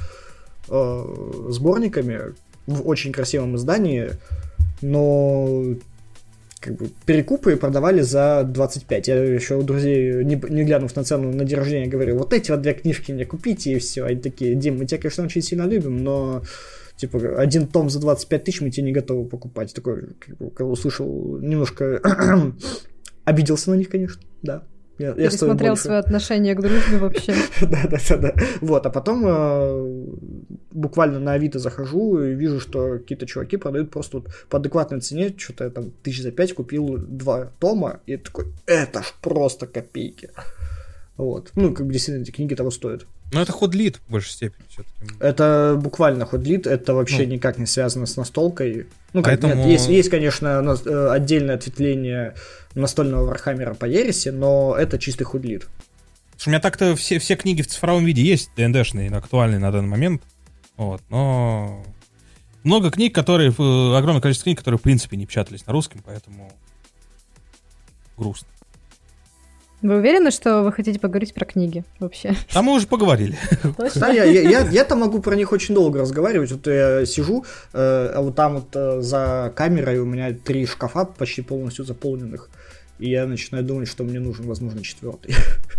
сборниками в очень красивом издании, но как бы перекупы продавали за двадцать пять. Я еще у друзей, не, не глянув на цену на день рождения, говорю, вот эти вот две книжки мне купите, и все. Они такие: Дим, мы тебя, конечно, очень сильно любим, но типа один том за двадцать пять тысяч мы тебе не готовы покупать. Такой, как бы, когда услышал, немножко обиделся на них, конечно, да. Я, я пересмотрел свое отношение к дружбе вообще. Да-да-да. Вот, а потом э, буквально на Авито захожу и вижу, что какие-то чуваки продают просто вот по адекватной цене, что-то я там тысяч за пять купил два тома, и такой, это ж просто копейки. Вот. Ну, как бы действительно эти книги того стоят. Ну, это ходлит в большей степени все-таки. Это буквально ходлит, это вообще ну, никак не связано с настолкой. Ну, как, поэтому... нет, есть, есть, конечно, отдельное ответвление настольного Вархаммера по Ереси, но это чистый ходлит. Слушай, у меня так-то все, все книги в цифровом виде есть, ДНДшные, актуальные на данный момент. Вот, но много книг, которые, огромное количество книг, которые в принципе не печатались на русском, поэтому грустно. Вы уверены, что вы хотите поговорить про книги вообще? А мы уже поговорили. Да, я, я, я, я-то могу про них очень долго разговаривать. Вот я сижу, э, а вот там вот э, за камерой у меня три шкафа почти полностью заполненных. И я начинаю думать, что мне нужен, возможно, четвертый.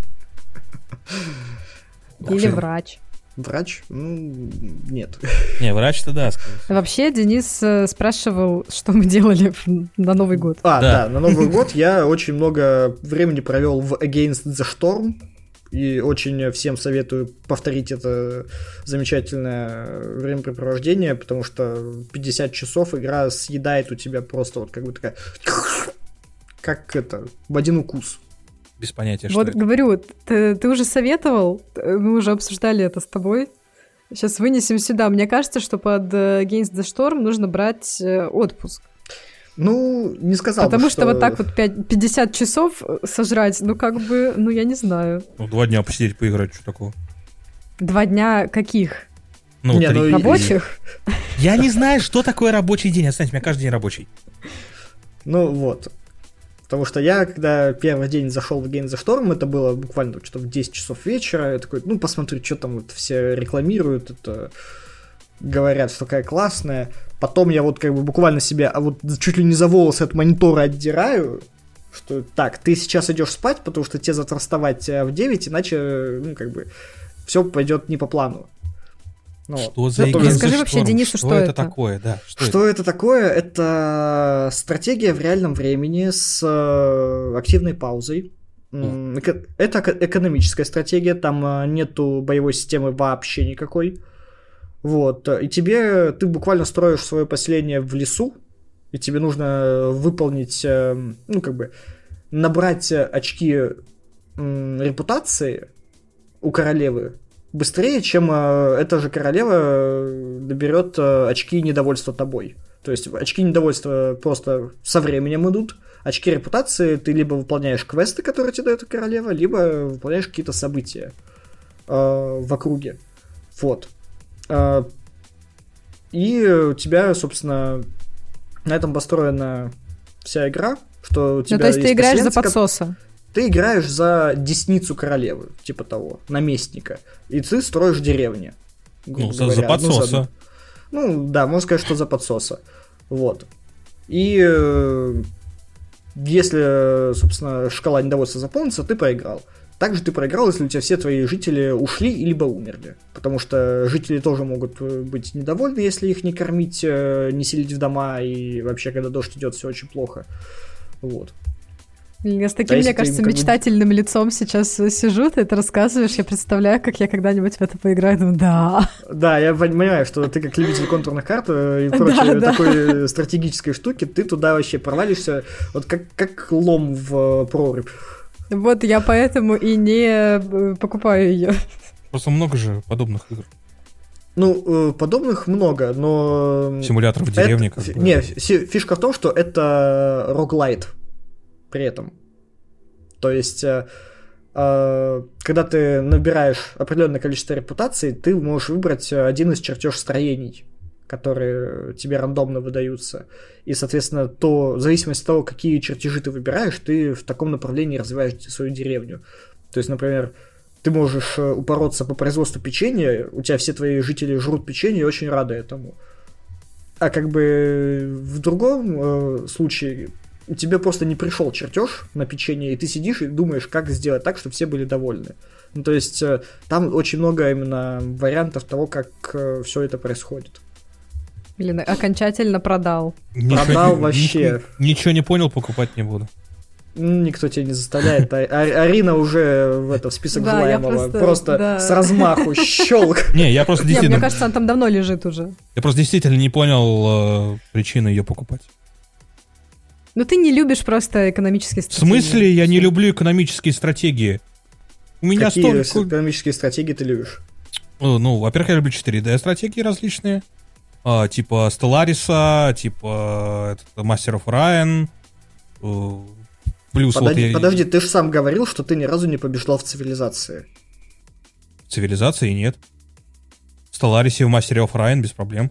Или врач. Врач? Ну, нет. Не, врач-то да, скорее всего. Вообще, Денис э, спрашивал, что мы делали на Новый год. А, да. да, на Новый год я очень много времени провел в Against the Storm. И очень всем советую повторить это замечательное времяпрепровождение, потому что пятьдесят часов игра съедает у тебя просто вот как бы такая... Как это? В один укус. Без понятия, что вот это. Говорю, ты, ты уже советовал, мы уже обсуждали это с тобой. Сейчас вынесем сюда. Мне кажется, что под Against the Storm нужно брать отпуск. Ну, не сказал Потому бы, что... что вот так вот пятьдесят часов сожрать, ну как бы, ну я не знаю. Ну, два дня посидеть, поиграть, что такого? Два дня каких? Ну, не, ну, рабочих? Я не знаю, что такое рабочий день. Останьте, у меня каждый день рабочий. Ну, вот. Потому что я, когда первый день зашел в Against the Storm, это было буквально что-то в десять часов вечера, я такой, ну, посмотрю, что там вот все рекламируют, это говорят, что такая классная. Потом я вот как бы буквально себя, а вот чуть ли не за волосы от монитора отдираю, что так, ты сейчас идешь спать, потому что тебе завтра вставать в девять, иначе, ну, как бы, все пойдет не по плану. Ну, что за Against the Storm? Расскажи вообще Денису, что, что это? это такое, да? Что, что это? это такое? Это стратегия в реальном времени с активной паузой. Mm. Это экономическая стратегия, там нету боевой системы вообще никакой. Вот. И тебе, ты буквально строишь свое поселение в лесу, и тебе нужно выполнить, ну, как бы, набрать очки репутации у королевы быстрее, чем э, эта же королева наберет э, очки недовольства тобой. То есть очки недовольства просто со временем идут. Очки репутации ты либо выполняешь квесты, которые тебе дает королева, либо выполняешь какие-то события э, в округе. Вот. Э, и у тебя, собственно, на этом построена вся игра, что у тебя ну, то есть, есть ты играешь за подсоса. Как... Ты играешь за десницу королевы, типа того, наместника. И ты строишь деревни. Ну, за, за подсоса. Ну, ну, да, можно сказать, что за подсоса. Вот. И э, если, собственно, шкала недовольства заполнится, ты проиграл. Также ты проиграл, если у тебя все твои жители ушли либо умерли. Потому что жители тоже могут быть недовольны, если их не кормить, не селить в дома, и вообще, когда дождь идет, все очень плохо. Вот. Я с таким, а мне кажется, мечтательным бы... лицом сейчас сижу, ты это рассказываешь, я представляю, как я когда-нибудь в это поиграю, думаю, да. Да, я понимаю, что ты как любитель контурных карт и прочей да, такой да. стратегической штуки, ты туда вообще провалишься, вот как, как лом в прорубь. Вот я поэтому и не покупаю ее. Просто много же подобных игр. Ну, подобных много, но... Симуляторов деревни. Это... Не, фишка в том, что это роглайт. при этом. То есть, э, э, когда ты набираешь определенное количество репутаций, ты можешь выбрать один из чертеж строений, которые тебе рандомно выдаются. И, соответственно, то, в зависимости от того, какие чертежи ты выбираешь, ты в таком направлении развиваешь свою деревню. То есть, например, ты можешь упороться по производству печенья, у тебя все твои жители жрут печенье и очень рады этому. А как бы в другом э, случае у тебя просто не пришел чертеж на печенье, и ты сидишь и думаешь, как сделать так, чтобы все были довольны. Ну, то есть э, там очень много именно вариантов того, как э, все это происходит. Блин, окончательно продал. Ничего, продал вообще. Ничего не понял, покупать не буду. Никто тебя не заставляет. А, Арина уже в, это, в список да, желаемого. Просто, просто да. с размаху щелк. Не, я просто действительно... Мне кажется, он там давно лежит уже. Я просто действительно не понял э, причины ее покупать. Ну ты не любишь просто экономические стратегии. В смысле я не люблю экономические стратегии? У меня Какие столько... экономические стратегии ты любишь? Ну, во-первых, я люблю четыре дэ стратегии различные. А, типа Stellaris, типа Master of Orion. Э, плюс подожди, вот я... подожди, ты же сам говорил, что ты ни разу не побеждал в цивилизации. В цивилизации нет. В Stellaris и в Master of Orion без проблем.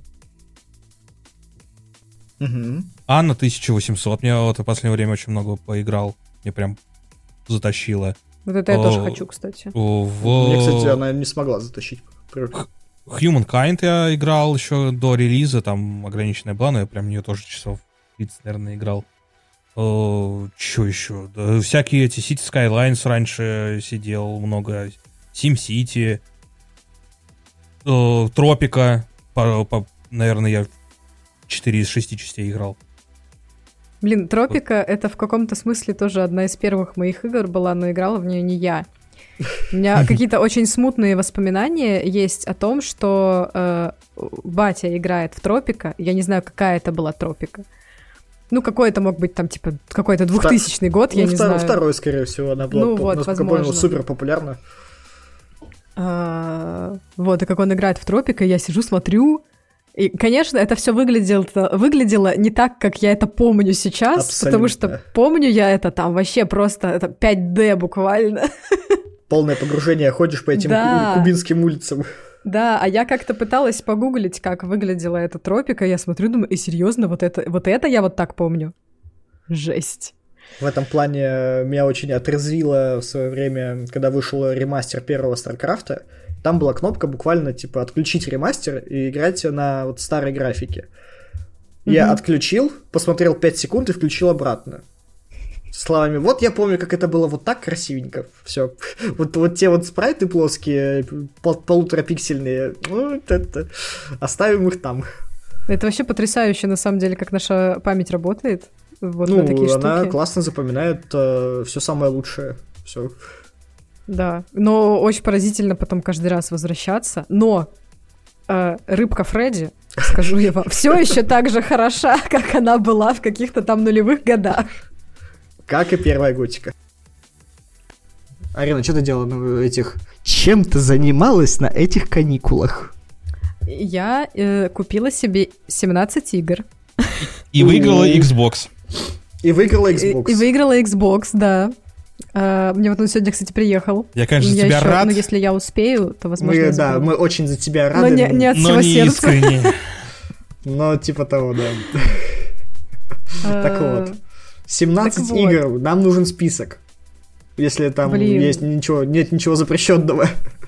Угу. Анна тысяча восемьсот. Мне вот в последнее время очень много поиграл. Мне прям затащило. Вот это я О, тоже хочу, кстати. В... Мне, кстати, она не смогла затащить. Humankind я играл еще до релиза, там ограниченная была, но я прям в нее тоже часов тридцать, наверное, играл. О, что еще? Да, всякие эти City Skylines раньше сидел много. SimCity. Тропика. По, по, наверное, я четыре из шести частей играл. Блин, Тропика вот. Это в каком-то смысле тоже одна из первых моих игр была, но играла в нее не я. У меня какие-то очень смутные воспоминания есть о том, что э, батя играет в Тропика. Я не знаю, какая это была Тропика. Ну, какой это мог быть там, типа, какой-то двухтысячный Втор... год, я ну, не второй, знаю. Второй, скорее всего, она была, ну, вот, насколько я понял, супер популярна. А, вот, и как он играет в Тропика, я сижу, смотрю. И, конечно, это все выглядело, выглядело не так, как я это помню сейчас, абсолютно. Потому что помню я это там вообще просто это пять дэ буквально. Полное погружение, ходишь по этим да. кубинским улицам. Да, а я как-то пыталась погуглить, как выглядела эта Тропика, я смотрю, думаю, и серьезно, вот это, вот это я вот так помню. Жесть. В этом плане меня очень отрезвило в свое время, когда вышел ремастер первого Старкрафта. Там была кнопка буквально, типа, отключить ремастер и играть на вот старой графике. Mm-hmm. Я отключил, посмотрел пять секунд и включил обратно. Словами, вот я помню, как это было вот так красивенько. Все. Вот, вот те вот спрайты плоские, пол- полуторапиксельные, ну, это, оставим их там. Это вообще потрясающе, на самом деле, как наша память работает. Вот ну, на такие она штуки. классно запоминает э, все самое лучшее. Все. Да, но очень поразительно потом каждый раз возвращаться. Но э, рыбка Фредди, скажу я вам, все еще так же хороша, как она была в каких-то там нулевых годах. Как и первая готика. Арина, что ты делала на этих... Чем ты занималась на этих каникулах? Я э, купила себе семнадцать игр. И выиграла Xbox. И выиграла Xbox. И, и выиграла Xbox, да. Uh, мне вот он сегодня, кстати, приехал. Я, конечно, за тебя еще, рад. Ну, если я успею, то, возможно, мы, да, мы очень за тебя рады. Но не, не от всего но не сердца. искренне. Но типа того, да. Так вот. семнадцать игр, нам нужен список. Если там есть ничего, нет ничего запрещенного.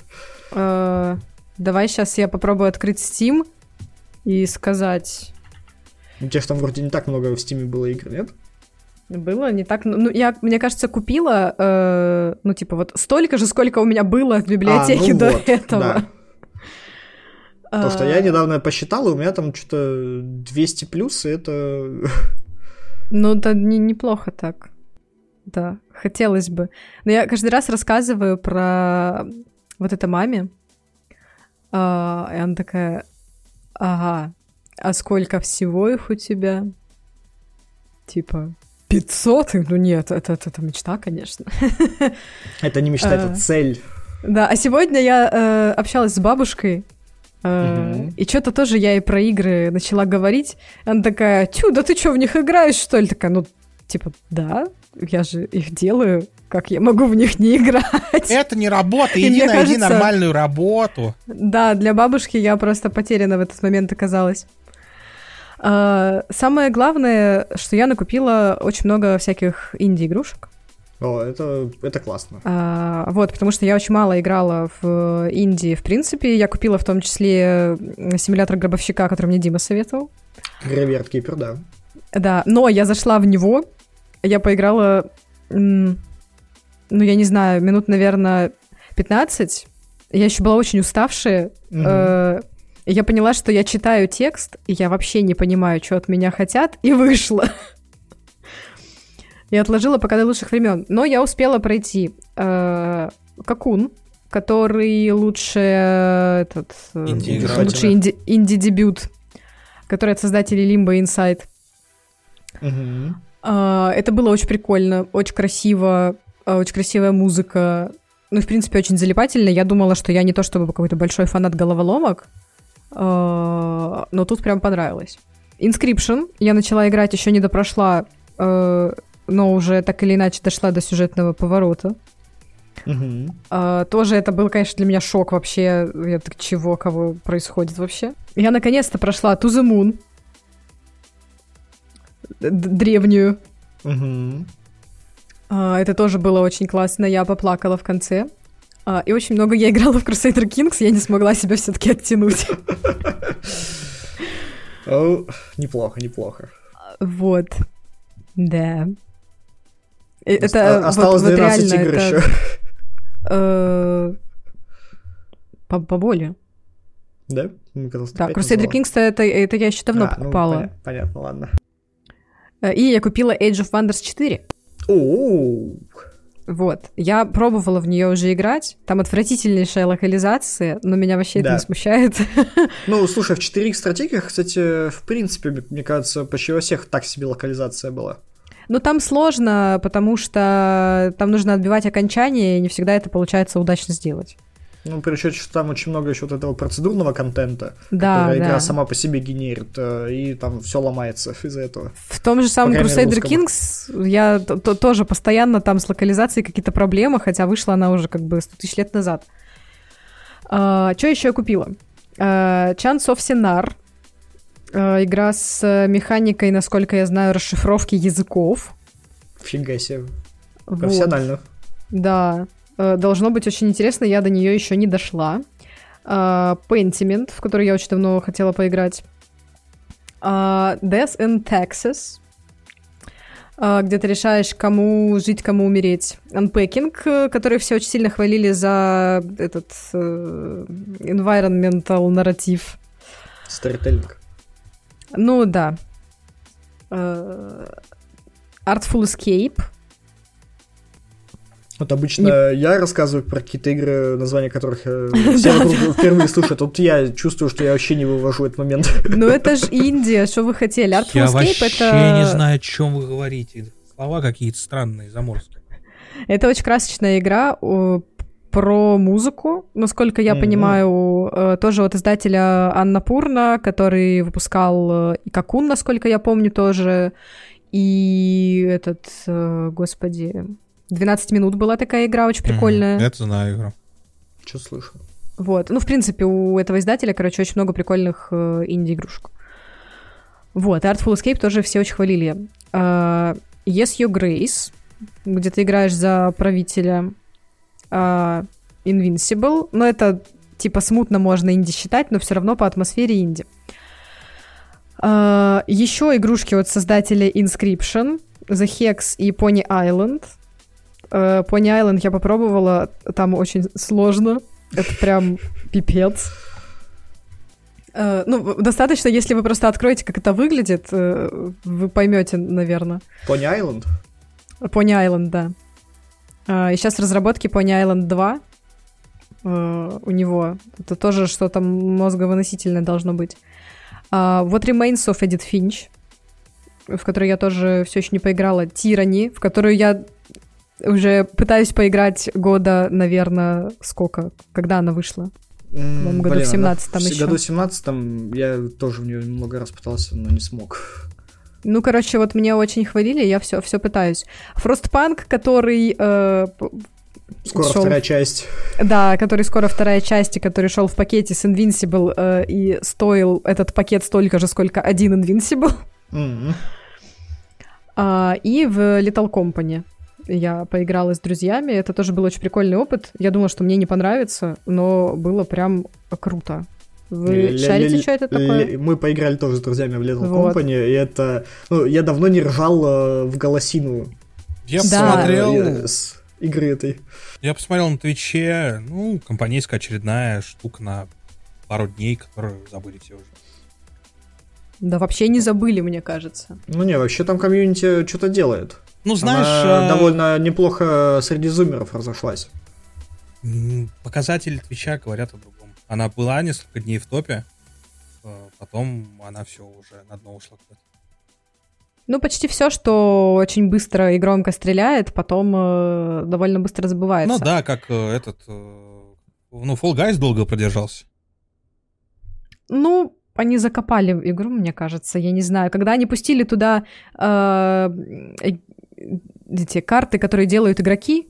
Давай сейчас я попробую открыть Steam и сказать... У тебя же там вроде не так много в Steam было игр, нет? Было не так... Ну, я, мне кажется, купила, э, ну, типа, вот столько же, сколько у меня было в библиотеке а, ну до вот, этого. Да. Потому что я недавно посчитал, и у меня там что-то двести плюс, и это... Ну, это не, неплохо так. Да, хотелось бы. Но я каждый раз рассказываю про вот это маме, а, и она такая, ага, а сколько всего их у тебя? Типа... пятьсот? Ну нет, это, это, это мечта, конечно. Это не мечта, это цель. Да, а сегодня я э, общалась с бабушкой, э, mm-hmm. и что-то тоже я ей про игры начала говорить. Она такая, тю, да ты что, в них играешь, что ли? Такая, ну, типа, да. я же их делаю, как я могу в них не играть? Это не работа, иди найди кажется, нормальную работу. Да, для бабушки я просто потеряна в этот момент оказалась. А, самое главное, что я накупила очень много всяких инди-игрушек. О, это, это классно. А, вот, потому что я очень мало играла в инди, в принципе. Я купила в том числе симулятор гробовщика, который мне Дима советовал. Graveyard Keeper, да. Да, но я зашла в него, я поиграла, ну, я не знаю, минут, наверное, пятнадцать. Я еще была очень уставшая. Mm-hmm. Э- я поняла, что я читаю текст, и я вообще не понимаю, что от меня хотят, и вышла. И отложила пока до лучших времен. Но я успела пройти э, Cocoon, который лучше этот инди лучший инди, инди-дебют, который от создателей Limbo Inside. Uh-huh. Э, это было очень прикольно, очень красиво, э, очень красивая музыка. Ну, в принципе, очень залипательно. Я думала, что я не то чтобы какой-то большой фанат головоломок, э, но тут прям понравилось. Inscription я начала играть, еще не допрошла, э, но уже так или иначе дошла до сюжетного поворота. Uh-huh. А, тоже это был, конечно, для меня шок вообще. Я так, чего, кого происходит вообще? Я наконец-то прошла To the Moon. Д- древнюю. Uh-huh. А, это тоже было очень классно. Я поплакала в конце. А, и очень много я играла в Crusader Kings. Я не смогла себя все-таки оттянуть. Oh, неплохо, неплохо. Вот. Да. Это осталось вот, двенадцать вот игр еще. Э, по, поболее. Да? Да, Crusader Kings это, это я еще давно а, покупала. Ну, понятно, понятно, ладно. И я купила Age of Wonders четыре. Оу. Вот. Я пробовала в нее уже играть. Там отвратительнейшая локализация, но меня вообще да. это не смущает. Ну, слушай, в четыре икс стратегиях, кстати, в принципе, мне кажется, почти во всех так себе локализация была. Ну, там сложно, потому что там нужно отбивать окончание, и не всегда это получается удачно сделать. Ну, при учете, что там очень много еще вот этого процедурного контента, да, который да. игра сама по себе генерит, и там все ломается из-за этого. В том же самом Crusader Kings я т- т- тоже постоянно там с локализацией какие-то проблемы, хотя вышла она уже как бы сто тысяч лет назад. А, что еще я купила? А, Chants of Sennaar. А, игра с механикой, насколько я знаю, расшифровки языков. Фига себе. Профессионально. Вот. Да. Должно быть очень интересно, я до нее еще не дошла. Uh, Pentiment, в который я очень давно хотела поиграть. Uh, Death in Texas, uh, где ты решаешь, кому жить, кому умереть. Unpacking, который все очень сильно хвалили за этот uh, environmental нарратив. Storytelling. Ну да. Uh, Artful Escape. Вот обычно не... я рассказываю про какие-то игры, названия которых все вокруг впервые слушают. Вот я чувствую, что я вообще не вывожу этот момент. Ну это ж Индия, что вы хотели? Artful я Escape вообще это... Я не знаю, о чем вы говорите. Слова какие-то странные, заморские. Это очень красочная игра про музыку, насколько я mm-hmm. понимаю. Тоже от издателя Аннапурна, который выпускал и Cocoon, насколько я помню, тоже. И этот, господи... двенадцать минут была такая игра, очень прикольная. Mm, это знаю игру. Что слышал? Вот. Ну, в принципе, у этого издателя, короче, очень много прикольных э, инди-игрушек. Вот. Artful Escape тоже все очень хвалили. Uh, Yes, Your Grace, где ты играешь за правителя. Uh, Invincible. Но это, типа, смутно можно инди считать, но все равно по атмосфере инди. Uh, еще игрушки от создателя Inscription, The Hex и Pony Island. Pony Island я попробовала, там очень сложно, это прям пипец. Uh, ну, достаточно, если вы просто откроете, как это выглядит, uh, вы поймете, наверное. Pony Island? Pony Island, да. Uh, и сейчас в разработке Pony Island два uh, у него. Это тоже что-то мозговыносительное должно быть. Uh, What Remains of Edith Finch, в которой я тоже все еще не поиграла. Tyranny, в которую я уже пытаюсь поиграть года, наверное, сколько? Когда она вышла? По-моему, году Блин, в семнадцатом еще. В году в семнадцатом я тоже в нее много раз пытался, но не смог. Ну, короче, вот меня очень хвалили, я все, все пытаюсь. Frostpunk, который... Э, скоро шел... вторая часть. Да, который скоро вторая часть, и который шел в пакете с Invincible, э, и стоил этот пакет столько же, сколько один Invincible. Mm-hmm. А, и в Little Company я поиграла с друзьями, это тоже был очень прикольный опыт. Я думала, что мне не понравится, но было прям круто. Вы шарите, что это такое? Мы поиграли тоже с друзьями в Little вот. Company, и это... Ну, я давно не ржал э, в голосину. Я да. посмотрел... Э, с игры этой. Я посмотрел на Твиче, ну, компанейская очередная штука на пару дней, которую забыли все уже. Да вообще не забыли, мне кажется. Ну не, вообще там комьюнити что-то делает. Ну, знаешь... Она а... довольно неплохо среди зумеров разошлась. Показатели Твича говорят о другом. Она была несколько дней в топе, потом она все уже на дно ушла куда-то. Ну, почти все, что очень быстро и громко стреляет, потом э, довольно быстро забывается. Ну да, как э, этот... Э, ну, Fall Guys долго продержался. Ну, они закопали игру, мне кажется, я не знаю. Когда они пустили туда э, эти карты, которые делают игроки,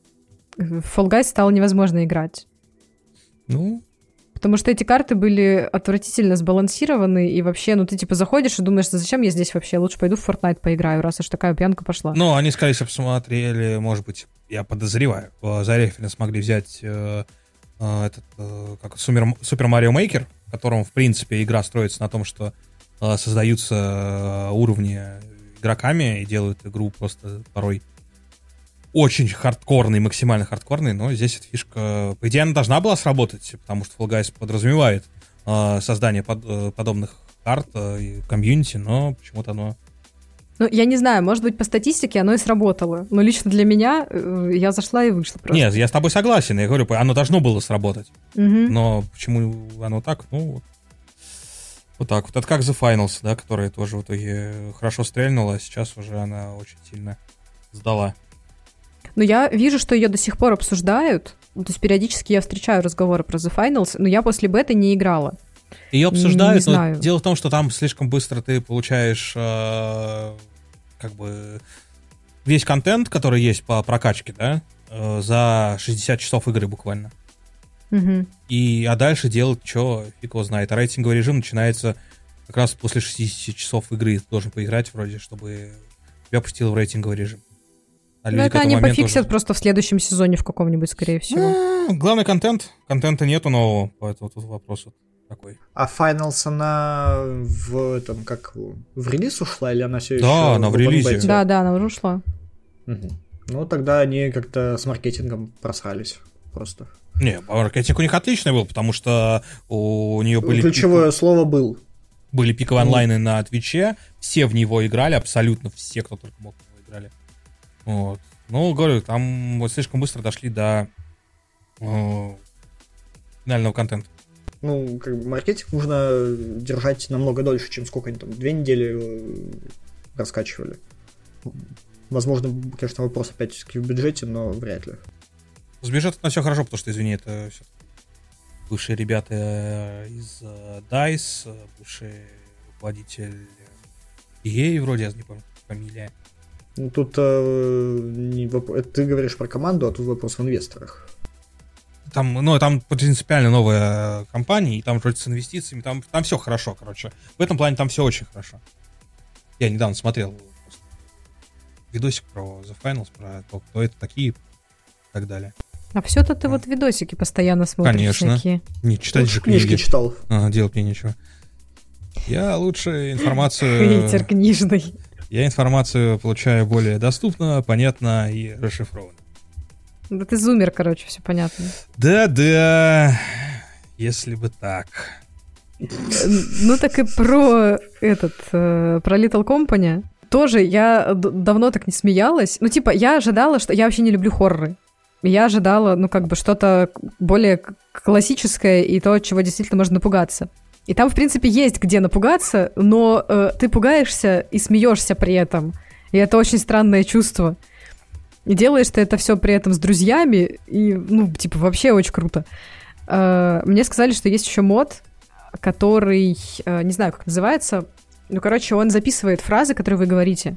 в Fall Guys стало невозможно играть. Ну... Потому что эти карты были отвратительно сбалансированы, и вообще, ну, ты, типа, заходишь и думаешь, зачем я здесь вообще? Лучше пойду в Fortnite поиграю, раз уж такая пьянка пошла. Ну, они, скорее всего, посмотрели, может быть, я подозреваю, за референс могли взять э, э, этот, э, как Super, Super Mario Maker, в котором, в принципе, игра строится на том, что э, создаются уровни игроками и делают игру просто порой очень хардкорный, максимально хардкорный, но здесь эта фишка, по идее, она должна была сработать, потому что Fall Guys подразумевает э, создание под, э, подобных карт э, и комьюнити, но почему-то оно... Ну, я не знаю, может быть, по статистике оно и сработало, но лично для меня э, я зашла и вышла просто. Нет, я с тобой согласен, я говорю, оно должно было сработать, угу. Но почему оно так, ну, вот, вот так вот. Это как The Finals, да, которая тоже в итоге хорошо стрельнула, а сейчас уже она очень сильно сдала. Но я вижу, что ее до сих пор обсуждают. То есть периодически я встречаю разговоры про The Finals, но я после беты не играла. Ее обсуждают, но дело в том, что там слишком быстро ты получаешь э, как бы весь контент, который есть по прокачке, да, э, за шестьдесят часов игры буквально. Угу. И, а дальше делать, что фиг его знает. А рейтинговый режим начинается как раз после шестьдесят часов игры. Ты должен поиграть вроде, чтобы тебя пустило в рейтинговый режим. А ну, это они пофиксят уже... просто в следующем сезоне в каком-нибудь, скорее всего. А, главный контент. Контента нету нового, поэтому тут вопрос вот такой. А Finals, она в этом, как, в релиз ушла, или она все да, еще... Да, она в релизе. Да, да, она уже ушла. Угу. Ну, тогда они как-то с маркетингом просрались просто. Не, маркетинг у них отличный был, потому что у нее были... Ключевое пик... слово «был». Были пиковые онлайны на Твиче, все в него играли, абсолютно все, кто только мог, в него играли. Вот. Ну, говорю, там вот слишком быстро дошли до э, финального контента. Ну, как бы маркетинг нужно держать намного дольше, чем сколько они там, две недели раскачивали. Возможно, конечно, вопрос опять-таки в бюджете, но вряд ли. С бюджетом все хорошо, потому что, извини, это все бывшие ребята из uh, дайс, бывший руководитель и эй, вроде, я не помню, фамилия. Ну, тут э, не воп... ты говоришь про команду, а тут вопрос в инвесторах. Там, ну, там принципиально новая компания, и там вроде с инвестициями, там, там все хорошо, короче. В этом плане там все очень хорошо. Я недавно смотрел видосик про The Finals, про то, кто это такие и так далее. А все-то ты а. вот видосики постоянно смотришь. Конечно. Всякие. Не читать же книги. Книжки читал. А, делать мне нечего. Я лучше информацию... Хейтер книжный. Я информацию получаю более доступно, понятно и расшифровано. Да ты зумер, короче, все понятно. Да-да, если бы так. Ну так и про этот, про Little Company. Тоже я давно так не смеялась. Ну типа я ожидала, что... Я вообще не люблю хорроры. Я ожидала, ну как бы что-то более классическое и то, от чего действительно можно напугаться. И там, в принципе, есть где напугаться, но э, ты пугаешься и смеешься при этом. И это очень странное чувство. И делаешь ты это все при этом с друзьями, и, ну, типа, вообще очень круто. Э, мне сказали, что есть еще мод, который, э, не знаю, как называется, Ну, короче, он записывает фразы, которые вы говорите,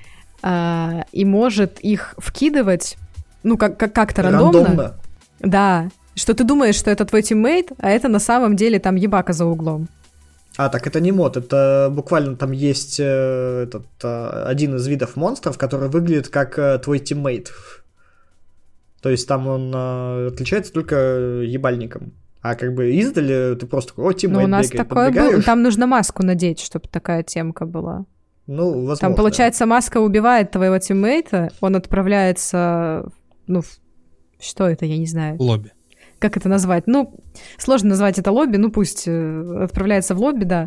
э, и может их вкидывать, ну, как- как- как-то рандомно. Рандомно. Да, что ты думаешь, что это твой тиммейт, а это на самом деле там ебака за углом. А, так это не мод, это буквально там есть э, этот, э, один из видов монстров, который выглядит как э, твой тиммейт. То есть там он э, отличается только ебальником. А как бы издали ты просто такой, о, Ну, тиммейт у нас бегает, такое было. подбегаешь. Там нужно маску надеть, чтобы такая темка была. Ну, возможно. Там, получается, маска убивает твоего тиммейта, он отправляется, ну, в- что это, я не знаю. Лобби. Как это назвать? Ну, сложно назвать это лобби, ну пусть э, отправляется в лобби, да.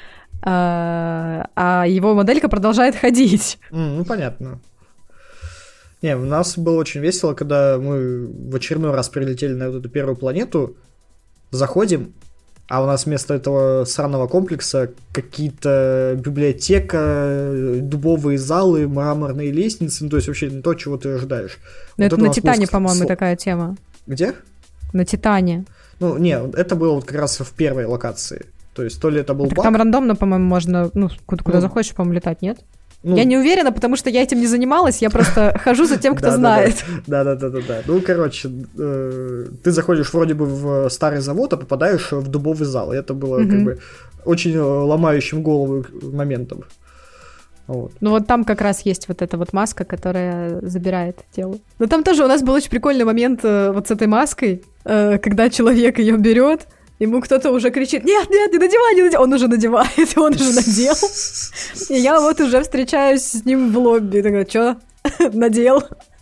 А, а его моделька продолжает ходить. М, ну, понятно. Не, у нас было очень весело, когда мы в очередной раз прилетели на вот эту первую планету, заходим, а у нас вместо этого сраного комплекса какие-то библиотека, дубовые залы, мраморные лестницы, ну, то есть вообще не то, чего ты ожидаешь. Но Вот это у на нас Титане, был по-моему, сло- такая тема. Где? На Титане. Ну, не, это было вот как раз в первой локации. То есть то ли это был Так баг, там рандомно, по-моему, можно, ну, куда, куда Ну, захочешь, по-моему, летать, нет? ну, Я не уверена, потому что я этим не занималась, я просто хожу за тем, кто Да-да-да. знает. Да-да-да-да-да. Ну, короче, э, ты заходишь вроде бы в старый завод, а попадаешь в дубовый зал. И это было как Мгм. бы очень э, ломающим голову моментом. Вот. Ну вот там как раз есть вот эта вот маска, которая забирает тело. Но там тоже у нас был очень прикольный момент э, вот с этой маской, э, когда человек ее берет, ему кто-то уже кричит: нет, нет, не надевай, не надевай. Он уже надевает, он уже надел. И я вот уже встречаюсь с ним в лобби. Такая, что? Надел.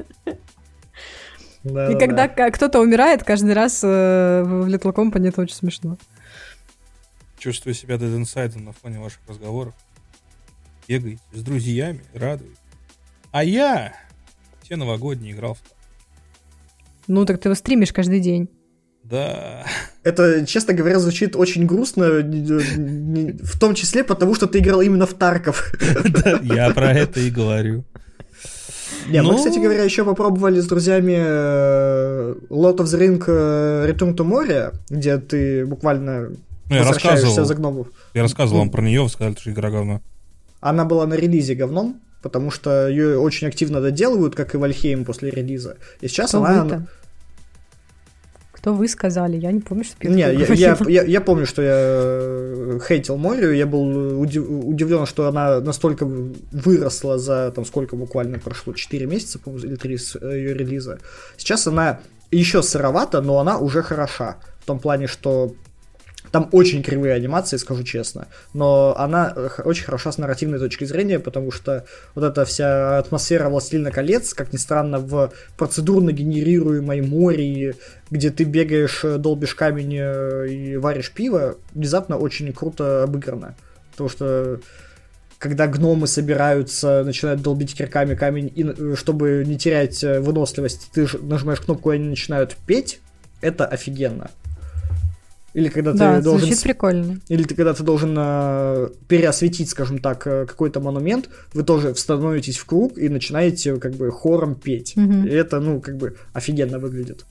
Да-да-да. И когда к- кто-то умирает, каждый раз э, в Little Company это очень смешно. Чувствую себя Dead Inside на фоне ваших разговоров. Бегаете с друзьями, радуетесь. А я все новогодние играл в... Ну так ты его стримишь каждый день. Да. Это, честно говоря, звучит очень грустно, не- не- в том числе потому, что ты играл именно в Тарков. Да, я про это и говорю. Не, мы, Ну- кстати говоря, еще попробовали с друзьями э, Lord of the Ring э, Return to Moria, где ты буквально Ну, я возвращаешься рассказывал. за гномов. Я рассказывал вам про нее, вы сказали, что игра говно. Она была на релизе говном, потому что ее очень активно доделывают, как и Вальхейм после релиза. И сейчас Кто она... вы-то? Кто вы сказали? Я не помню, что Не, я, говорила. я, я, я помню, что я э, хейтил Морию, я был удив- удивлен, что она настолько выросла за, там, сколько буквально прошло, четыре месяца, по-моему, или три с ее релиза. Сейчас она еще сыровата, но она уже хороша. В том плане, что там очень кривые анимации, скажу честно, но она э, х- очень хороша с нарративной точки зрения, потому что вот эта вся атмосфера «Властелина колец», как ни странно, в процедурно генерируемой Мории, где ты бегаешь, э, долбишь камень э, и варишь пиво, внезапно очень круто обыграно. Потому что когда гномы собираются, начинают долбить кирками камень, и, э, чтобы не терять э, выносливость, ты ж- нажимаешь кнопку, и они начинают петь, это офигенно. Или когда Да, ты должен... звучит с- прикольно. Или ты, когда ты должен э, переосветить, скажем так, э, какой-то монумент, вы тоже становитесь в круг и начинаете как бы хором петь. Мгм. И это, ну, как бы офигенно выглядит.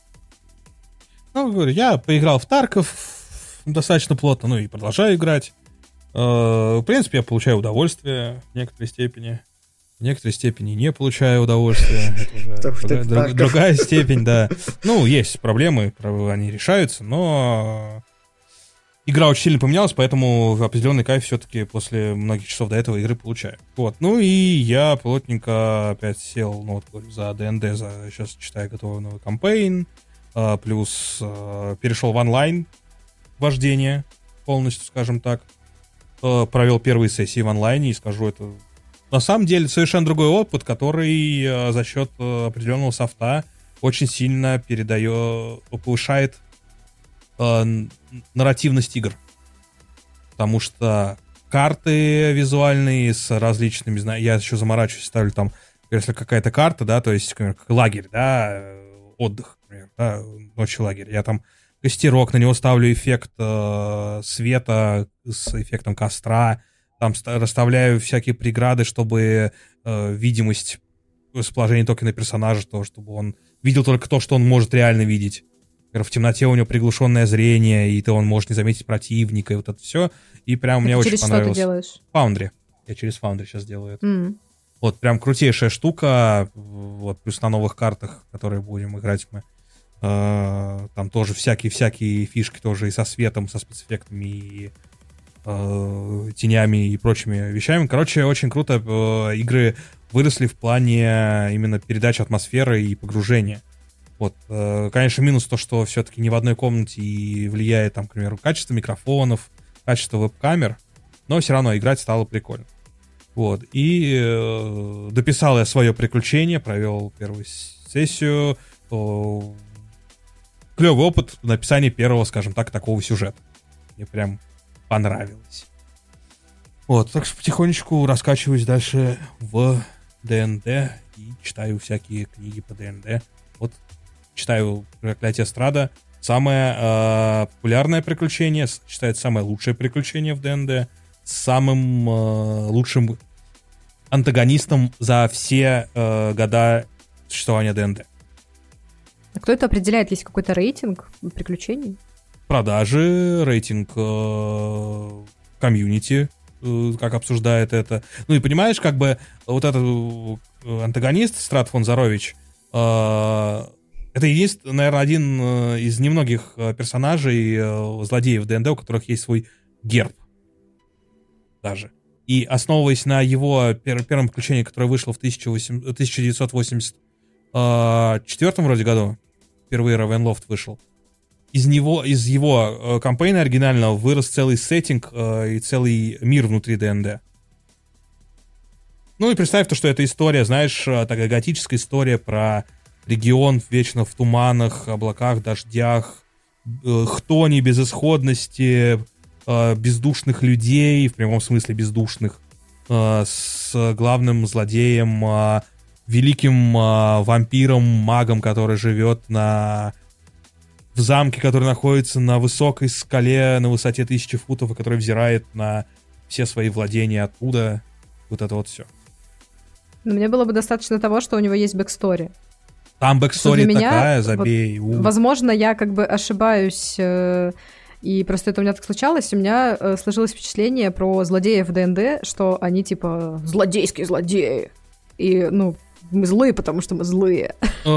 Ну, говорю, я поиграл в Тарков достаточно плотно, ну и продолжаю играть. Э, В принципе, я получаю удовольствие в некоторой степени. В некоторой степени не получаю удовольствия. Это уже Потому что другая, это друг- Тарков. другая степень, да. Ну, есть проблемы, про- они решаются, но игра очень сильно поменялась, поэтому определенный кайф все-таки после многих часов до этого игры получаю. Вот. Ну и я плотненько опять сел, ну вот говорю, за ДНД, за, сейчас читаю готовый новый кампейн, а, плюс а, перешел в онлайн вождение полностью, скажем так. А, провел первые сессии в онлайне и скажу, это на самом деле совершенно другой опыт, который а, за счет а, определенного софта очень сильно передает, повышает а, н- нарративность игр. Потому что карты визуальные с различными, знаю, я еще заморачиваюсь, ставлю там, если какая-то карта, да, то есть, например, как лагерь, да, э, отдых, например, да, ночью лагерь, я там костерок, на него ставлю эффект э, света с эффектом костра, там ста- расставляю всякие преграды, чтобы э, видимость расположения токена персонажа, то, чтобы он видел только то, что он может реально видеть. В темноте у него приглушенное зрение, и то он может не заметить противника, и вот это все. И прям мне очень понравилось. Через что ты делаешь? Foundry. Я через Foundry сейчас делаю это. Mm. Вот прям крутейшая штука. Вот плюс на новых картах, которые будем играть мы. Э, там тоже всякие-всякие фишки тоже и со светом, со спецэффектами, и э, тенями и прочими вещами. Короче, очень круто. Э, игры выросли в плане именно передачи атмосферы и погружения. Вот, э, конечно, минус то, что все-таки не в одной комнате и влияет, там, к примеру, качество микрофонов, качество веб-камер, но все равно играть стало прикольно. Вот, и э, дописал я свое приключение, провел первую сессию, э, клевый опыт в написании первого, скажем так, такого сюжета. Мне прям понравилось. Вот, так что потихонечку раскачиваюсь дальше в ДНД и читаю всякие книги по ДНД. Вот, читаю «Проклятие Страда». Самое э, популярное приключение, считается самое лучшее приключение в ДНД, с самым э, лучшим антагонистом за все э, года существования ДНД. А кто это определяет? Есть какой-то рейтинг приключений? Продажи, рейтинг э, комьюнити, э, как обсуждает это. Ну и понимаешь, как бы вот этот э, антагонист Страд фон Зарович, э, это единственный, наверное, один из немногих персонажей, злодеев ДНД, у которых есть свой герб. Даже. И основываясь на его пер- первом приключении, которое вышло в тысяча девятьсот восемьдесят четвёртом вроде году, впервые Ravenloft вышел, из него, из его кампейна оригинального вырос целый сеттинг и целый мир внутри ДНД. Ну и представь то, что эта история, знаешь, такая готическая история про регион вечно в туманах, облаках, дождях, э, хтони, безысходности, э, бездушных людей, в прямом смысле бездушных, э, с главным злодеем, э, великим э, вампиром, магом, который живет на... в замке, который находится на высокой скале на высоте тысячи футов, и который взирает на все свои владения оттуда. Вот это вот все. Но мне было бы достаточно того, что у него есть бэкстори. Там бэкстори такая, забей. Вот, возможно, я как бы ошибаюсь, э, и просто это у меня так случалось. У меня э, сложилось впечатление про злодеев в ДНД, что они типа злодейские злодеи. И, ну, мы злые, потому что мы злые.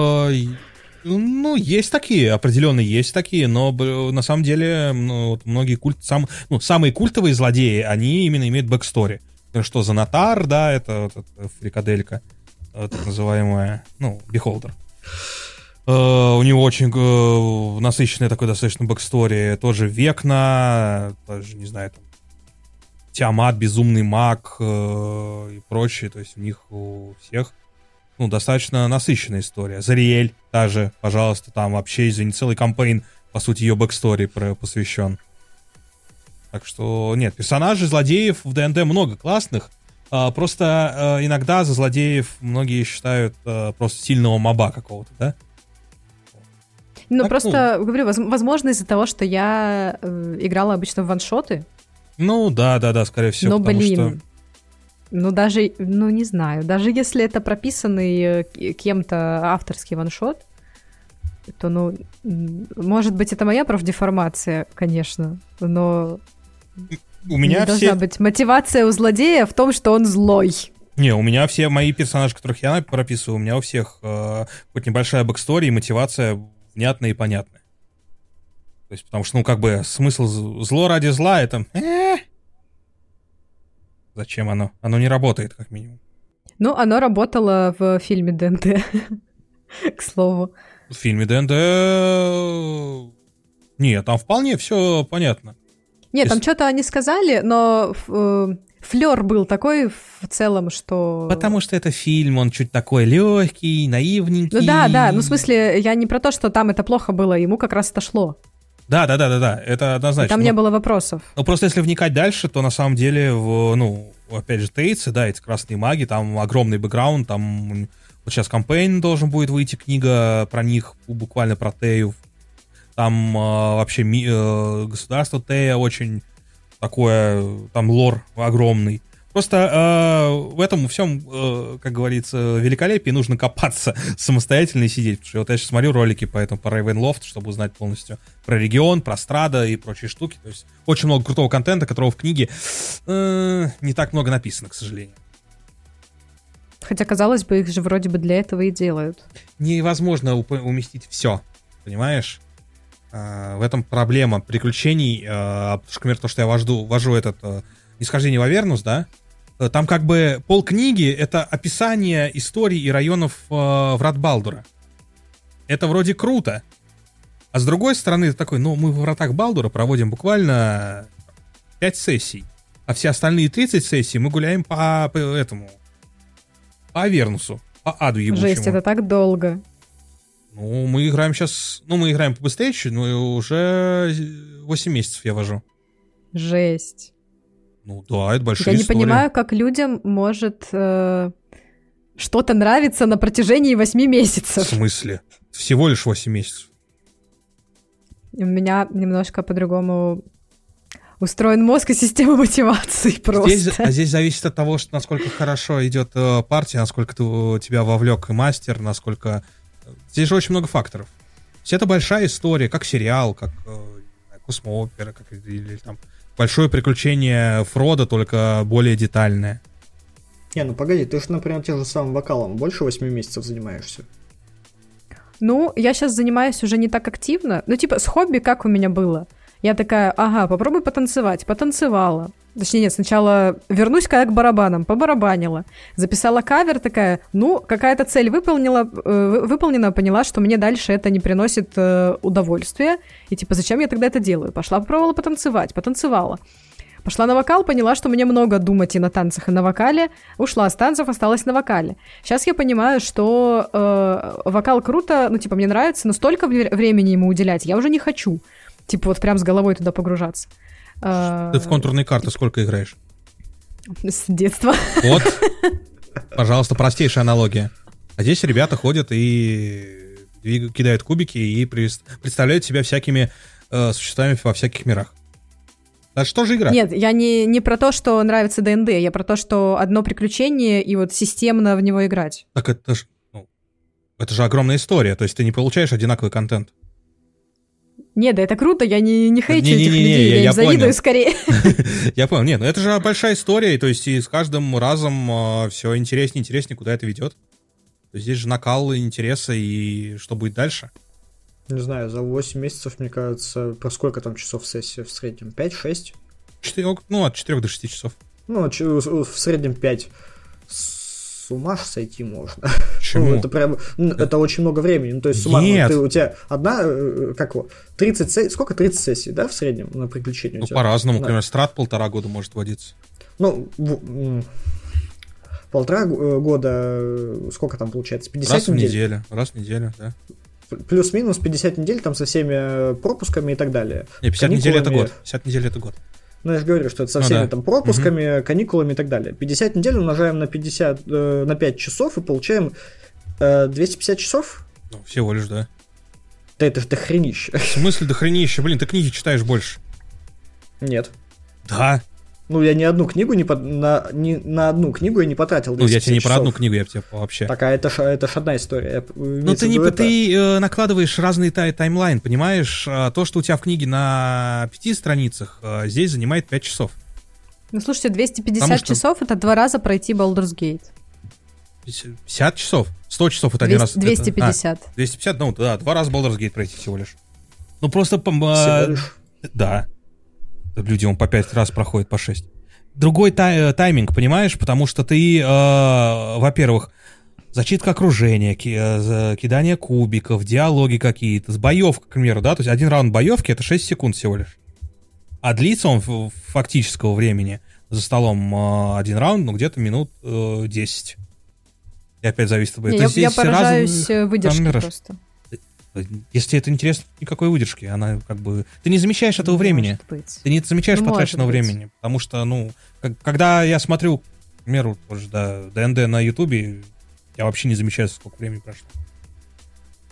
Ну, есть такие, определенно есть такие, но на самом деле ну, вот многие культ, сам, ну, самые культовые злодеи, они именно имеют бэкстори. Что за Натар, да, это, это, это фрикаделька, так называемая, ну, Бихолдер. Uh, у него очень uh, насыщенный такой достаточно бэкстори. Тот же Векна, тоже, не знаю, там, Тиамат, Безумный маг uh, и прочее. То есть у них у всех ну, достаточно насыщенная история. Зариэль, та же, пожалуйста, там вообще, извини, целый кампейн, по сути, ее бэкстори посвящен. Так что, нет, персонажей, злодеев в ДНД много классных. Uh, просто uh, иногда за злодеев многие считают uh, просто сильного моба какого-то, да? Ну, так, просто, ну, говорю, возможно, из-за того, что я э, играла обычно в ваншоты. Ну, да-да-да, скорее всего, но, потому блин, что... ну, даже, ну, не знаю, даже если это прописанный кем-то авторский ваншот, то, ну, может быть, это моя профдеформация, конечно, но... У меня не все... должна быть мотивация у злодея в том, что он злой. Не, у меня все мои персонажи, которых я прописываю, у меня у всех э, хоть небольшая бэкстори и мотивация внятная и понятная. То есть, потому что, ну, как бы, смысл зло ради зла, это... Э-э-э. Зачем оно? Оно не работает, как минимум. Ну, оно работало в фильме ДНД, к слову. В фильме ДНД... Нет, там вполне все понятно. Нет, Если... там что-то они сказали, но э, флёр был такой в целом, что... Потому что это фильм, он чуть такой легкий, наивненький. Ну да, да, ну в смысле, я не про то, что там это плохо было, ему как раз это шло. Да, да, да, да, да, это однозначно. И там ну, не было вопросов. Ну просто если вникать дальше, то на самом деле, в, ну, опять же, Тейцы, да, эти красные маги, там огромный бэкграунд, там вот сейчас кампейн должен будет выйти, книга про них, буквально про Тею. Там э, вообще ми, э, государство Тея очень такое, там лор огромный. Просто э, в этом всем, э, как говорится, великолепии нужно копаться самостоятельно и сидеть. Потому что вот я сейчас смотрю ролики по этому, по Ravenloft, чтобы узнать полностью про регион, про Страда и прочие штуки. То есть очень много крутого контента, которого в книге э, не так много написано, к сожалению. Хотя, казалось бы, их же вроде бы для этого и делают. Невозможно уп- уместить все, понимаешь? Э, в этом проблема приключений. Э, например, то, что я вожду, вожу этот э, «Нисхождение в Авернус», да? Там как бы полкниги — это описание историй и районов э, Врат Балдура. Это вроде круто. А с другой стороны, ты такой, ну, мы в Вратах Балдура проводим буквально пять сессий. А все остальные тридцать сессий мы гуляем по, по этому... по Авернусу, по аду ебучему. Жесть, это так долго. Ну, мы играем сейчас... Ну, мы играем побыстрее чуть, но уже восемь месяцев я вожу. Жесть. Ну да, это большая Я не история. понимаю, как людям может э, что-то нравиться на протяжении восьми месяцев. В смысле? Всего лишь восемь месяцев. У меня немножко по-другому устроен мозг и система мотивации просто. Здесь, а здесь зависит от того, что насколько хорошо идет э, партия, насколько ты, тебя вовлек и мастер, насколько... Здесь же очень много факторов. То есть это большая история, как сериал, как э, космоопера, как или там... Большое приключение Фрода, только более детальное. Не, ну погоди, ты же, например, тем же самым вокалом больше восьми месяцев занимаешься. Ну, я сейчас занимаюсь уже не так активно. Ну, типа, с хобби как у меня было? Я такая, ага, попробуй потанцевать. Потанцевала. Точнее, нет, сначала вернусь-ка к барабанам, побарабанила. Записала кавер, такая, ну, какая-то цель выполнила, э, выполнена, поняла, что мне дальше это не приносит э, удовольствия. И типа, зачем я тогда это делаю? Пошла, попробовала потанцевать, потанцевала. Пошла на вокал, поняла, что мне много думать и на танцах, и на вокале. Ушла с танцев, осталась на вокале. Сейчас я понимаю, что э, вокал круто, ну, типа, мне нравится, но столько времени ему уделять я уже не хочу. Типа, вот прям с головой туда погружаться. Ты в контурные карты сколько играешь? С детства. Вот. Пожалуйста, простейшая аналогия. А здесь ребята ходят и кидают кубики и представляют себя всякими э, существами во всяких мирах. А что же игра? Нет, я не, не про то, что нравится ДНД, я про то, что одно приключение и вот системно в него играть. Так это же, ну, это же огромная история, то есть ты не получаешь одинаковый контент. Не, да это круто, я не, не хейчу не, не, этих не, людей, не, я, я, я я им завидую понял. скорее. Я понял, нет, ну это же большая история, то есть и с каждым разом э, все интереснее, интереснее, куда это ведет. То есть здесь же накал интереса, и что будет дальше? Не знаю, за восемь месяцев, мне кажется, по сколько там часов сессии в среднем? пять-шесть? четыре, ну, от четырёх до шести часов. Ну, в среднем пять. С ума ж сойти можно. Почему? Ну, это прям, это очень много времени. Ну, то есть, суммарно, Нет. ты, у тебя одна, как его, тридцать сессий, сколько? тридцать сессий, да, в среднем на приключения Ну, у тебя? по-разному, Да. например, страт полтора года может водиться. Ну, в, полтора года, сколько там получается? пятьдесят Раз в недель? неделю, раз в неделю, да. Плюс-минус пятьдесят недель там со всеми пропусками и так далее. Не, пятьдесят недель это Каникулами. год. пятьдесят недель это год. Ну, я же говорю, что это со Ну, всеми да. там пропусками, угу. каникулами и так далее. пятьдесят недель умножаем на пятьдесят, э, на пять часов и получаем э, двести пятьдесят часов. Ну, всего лишь, да. Да это же дохренище. В смысле дохренище? Блин, ты книги читаешь больше. Нет. Да. Ну, я ни одну книгу не, по... на... ни... на одну книгу я не потратил Ну, я тебе не часов. про одну книгу, я тебе вообще. Так, а это ж, это ж одна история. Ну, ты, не, это... ты э, накладываешь разный тай- таймлайн, понимаешь? То, что у тебя в книге на пяти страницах, э, здесь занимает пять часов. Ну, слушайте, двести пятьдесят что... часов — это два раза пройти Baldur's Gate. пятьдесят часов? сто часов это один раз. двести пятьдесят. Это, а, двести пятьдесят, ну, да, два раза Baldur's Gate пройти всего лишь. Ну, просто... Всего лишь? Да. Люди, он по пять раз проходит, по шесть. Другой тай- тайминг, понимаешь? Потому что ты, э, во-первых, зачитка окружения, ки- э, кидание кубиков, диалоги какие-то, с боевкой, к примеру, да? То есть один раунд боевки — это шесть секунд всего лишь. А длится он в- фактического времени за столом э, один раунд, ну, где-то минут э, десять. И опять зависит от... Не, я, я поражаюсь выдержке просто. Если это интересно, никакой выдержки. Она как бы... Ты не замечаешь этого времени. Ты не замечаешь ну, потраченного времени. Потому что, ну, как, когда я смотрю, к примеру, тоже, да, ДНД на Ютубе, я вообще не замечаю, сколько времени прошло.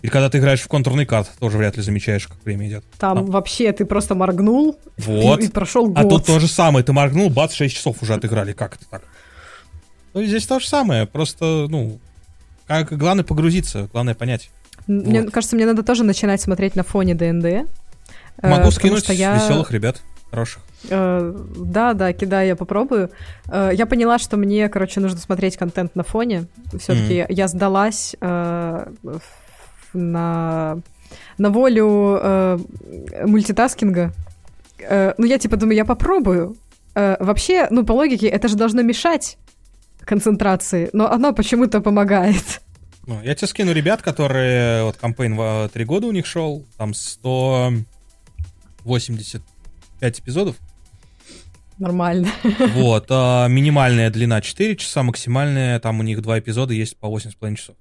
Или когда ты играешь в контурный кат, тоже вряд ли замечаешь, как время идет. Там а. вообще ты просто моргнул, вот. и, и прошел год. А тут то же самое, ты моргнул, бац, шесть часов уже отыграли, как это так? Ну, здесь то же самое, просто, ну, как, главное погрузиться, главное понять. Мне вот. кажется, мне надо тоже начинать смотреть на фоне ДНД. Могу э, скинуть я... веселых ребят, хороших. Э, да, да, кидай, я попробую. Э, я поняла, что мне, короче, нужно смотреть контент на фоне. Все-таки mm-hmm. я сдалась э, на, на волю э, мультитаскинга. Э, ну, я типа думаю, я попробую. Э, вообще, ну, по логике, это же должно мешать концентрации, но оно почему-то помогает. Ну, я тебе скину ребят, которые... Вот кампейн три года у них шел, там сто восемьдесят пять эпизодов. Нормально. Вот, а минимальная длина четыре часа, максимальная, там у них два эпизода есть по восемь с половиной часов.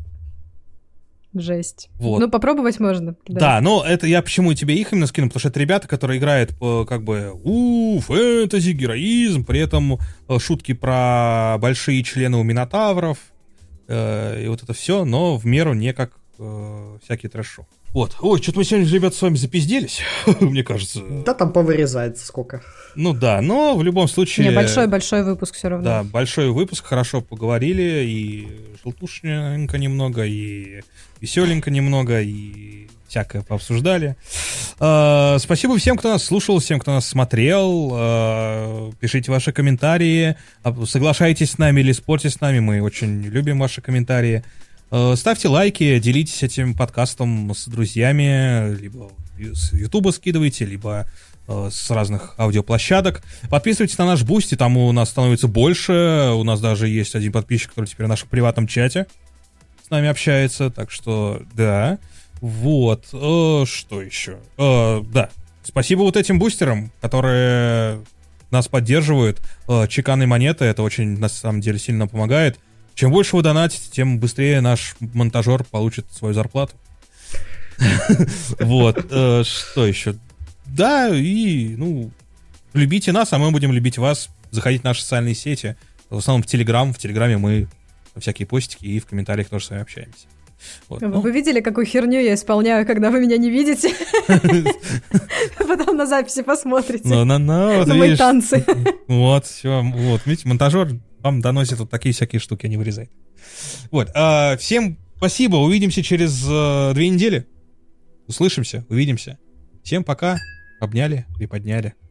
Жесть. Вот. Ну, попробовать можно. Да. да, но это я почему тебе их именно скину, потому что это ребята, которые играют по, как бы, у фэнтези, героизм, при этом шутки про большие члены у минотавров, э, и вот это все, но в меру не как э, всякие трэш-шоу. Вот. Ой, что-то мы сегодня, ребята, с вами запизделись, мне кажется. Да, там повырезается сколько. Ну да, но в любом случае... Не, большой-большой выпуск все равно. Да, большой выпуск, хорошо поговорили, и желтушненько немного, и веселенько немного, и всякое пообсуждали. Э, спасибо всем, кто нас слушал, всем, кто нас смотрел. Э, пишите ваши комментарии, соглашайтесь с нами или спорьте с нами, мы очень любим ваши комментарии. Э, ставьте лайки, делитесь этим подкастом с друзьями, либо с Ютуба скидывайте, либо с разных аудиоплощадок. Подписывайтесь на наш Бусти, там у нас становится больше. У нас даже есть один подписчик, который теперь в нашем приватном чате с нами общается. Так что, да. Вот. Э, что еще? Э, да. Спасибо вот этим бустерам, которые нас поддерживают. Э, чеканные монеты, это очень, на самом деле, сильно помогает. Чем больше вы донатите, тем быстрее наш монтажер получит свою зарплату. Вот. Что еще? Да, и, ну, любите нас, а мы будем любить вас. Заходите в наши социальные сети. В основном в Телеграм. В Телеграме мы всякие постики и в комментариях тоже с вами общаемся. Вот, вы ну. вы видели, какую херню я исполняю, когда вы меня не видите? Потом на записи посмотрите. На мои танцы. Вот, все. Вот, видите, монтажер вам доносит вот такие всякие штуки, а не вырезает. Вот. Всем спасибо. Увидимся через две недели. Услышимся, увидимся. Всем пока. Обняли, приподняли.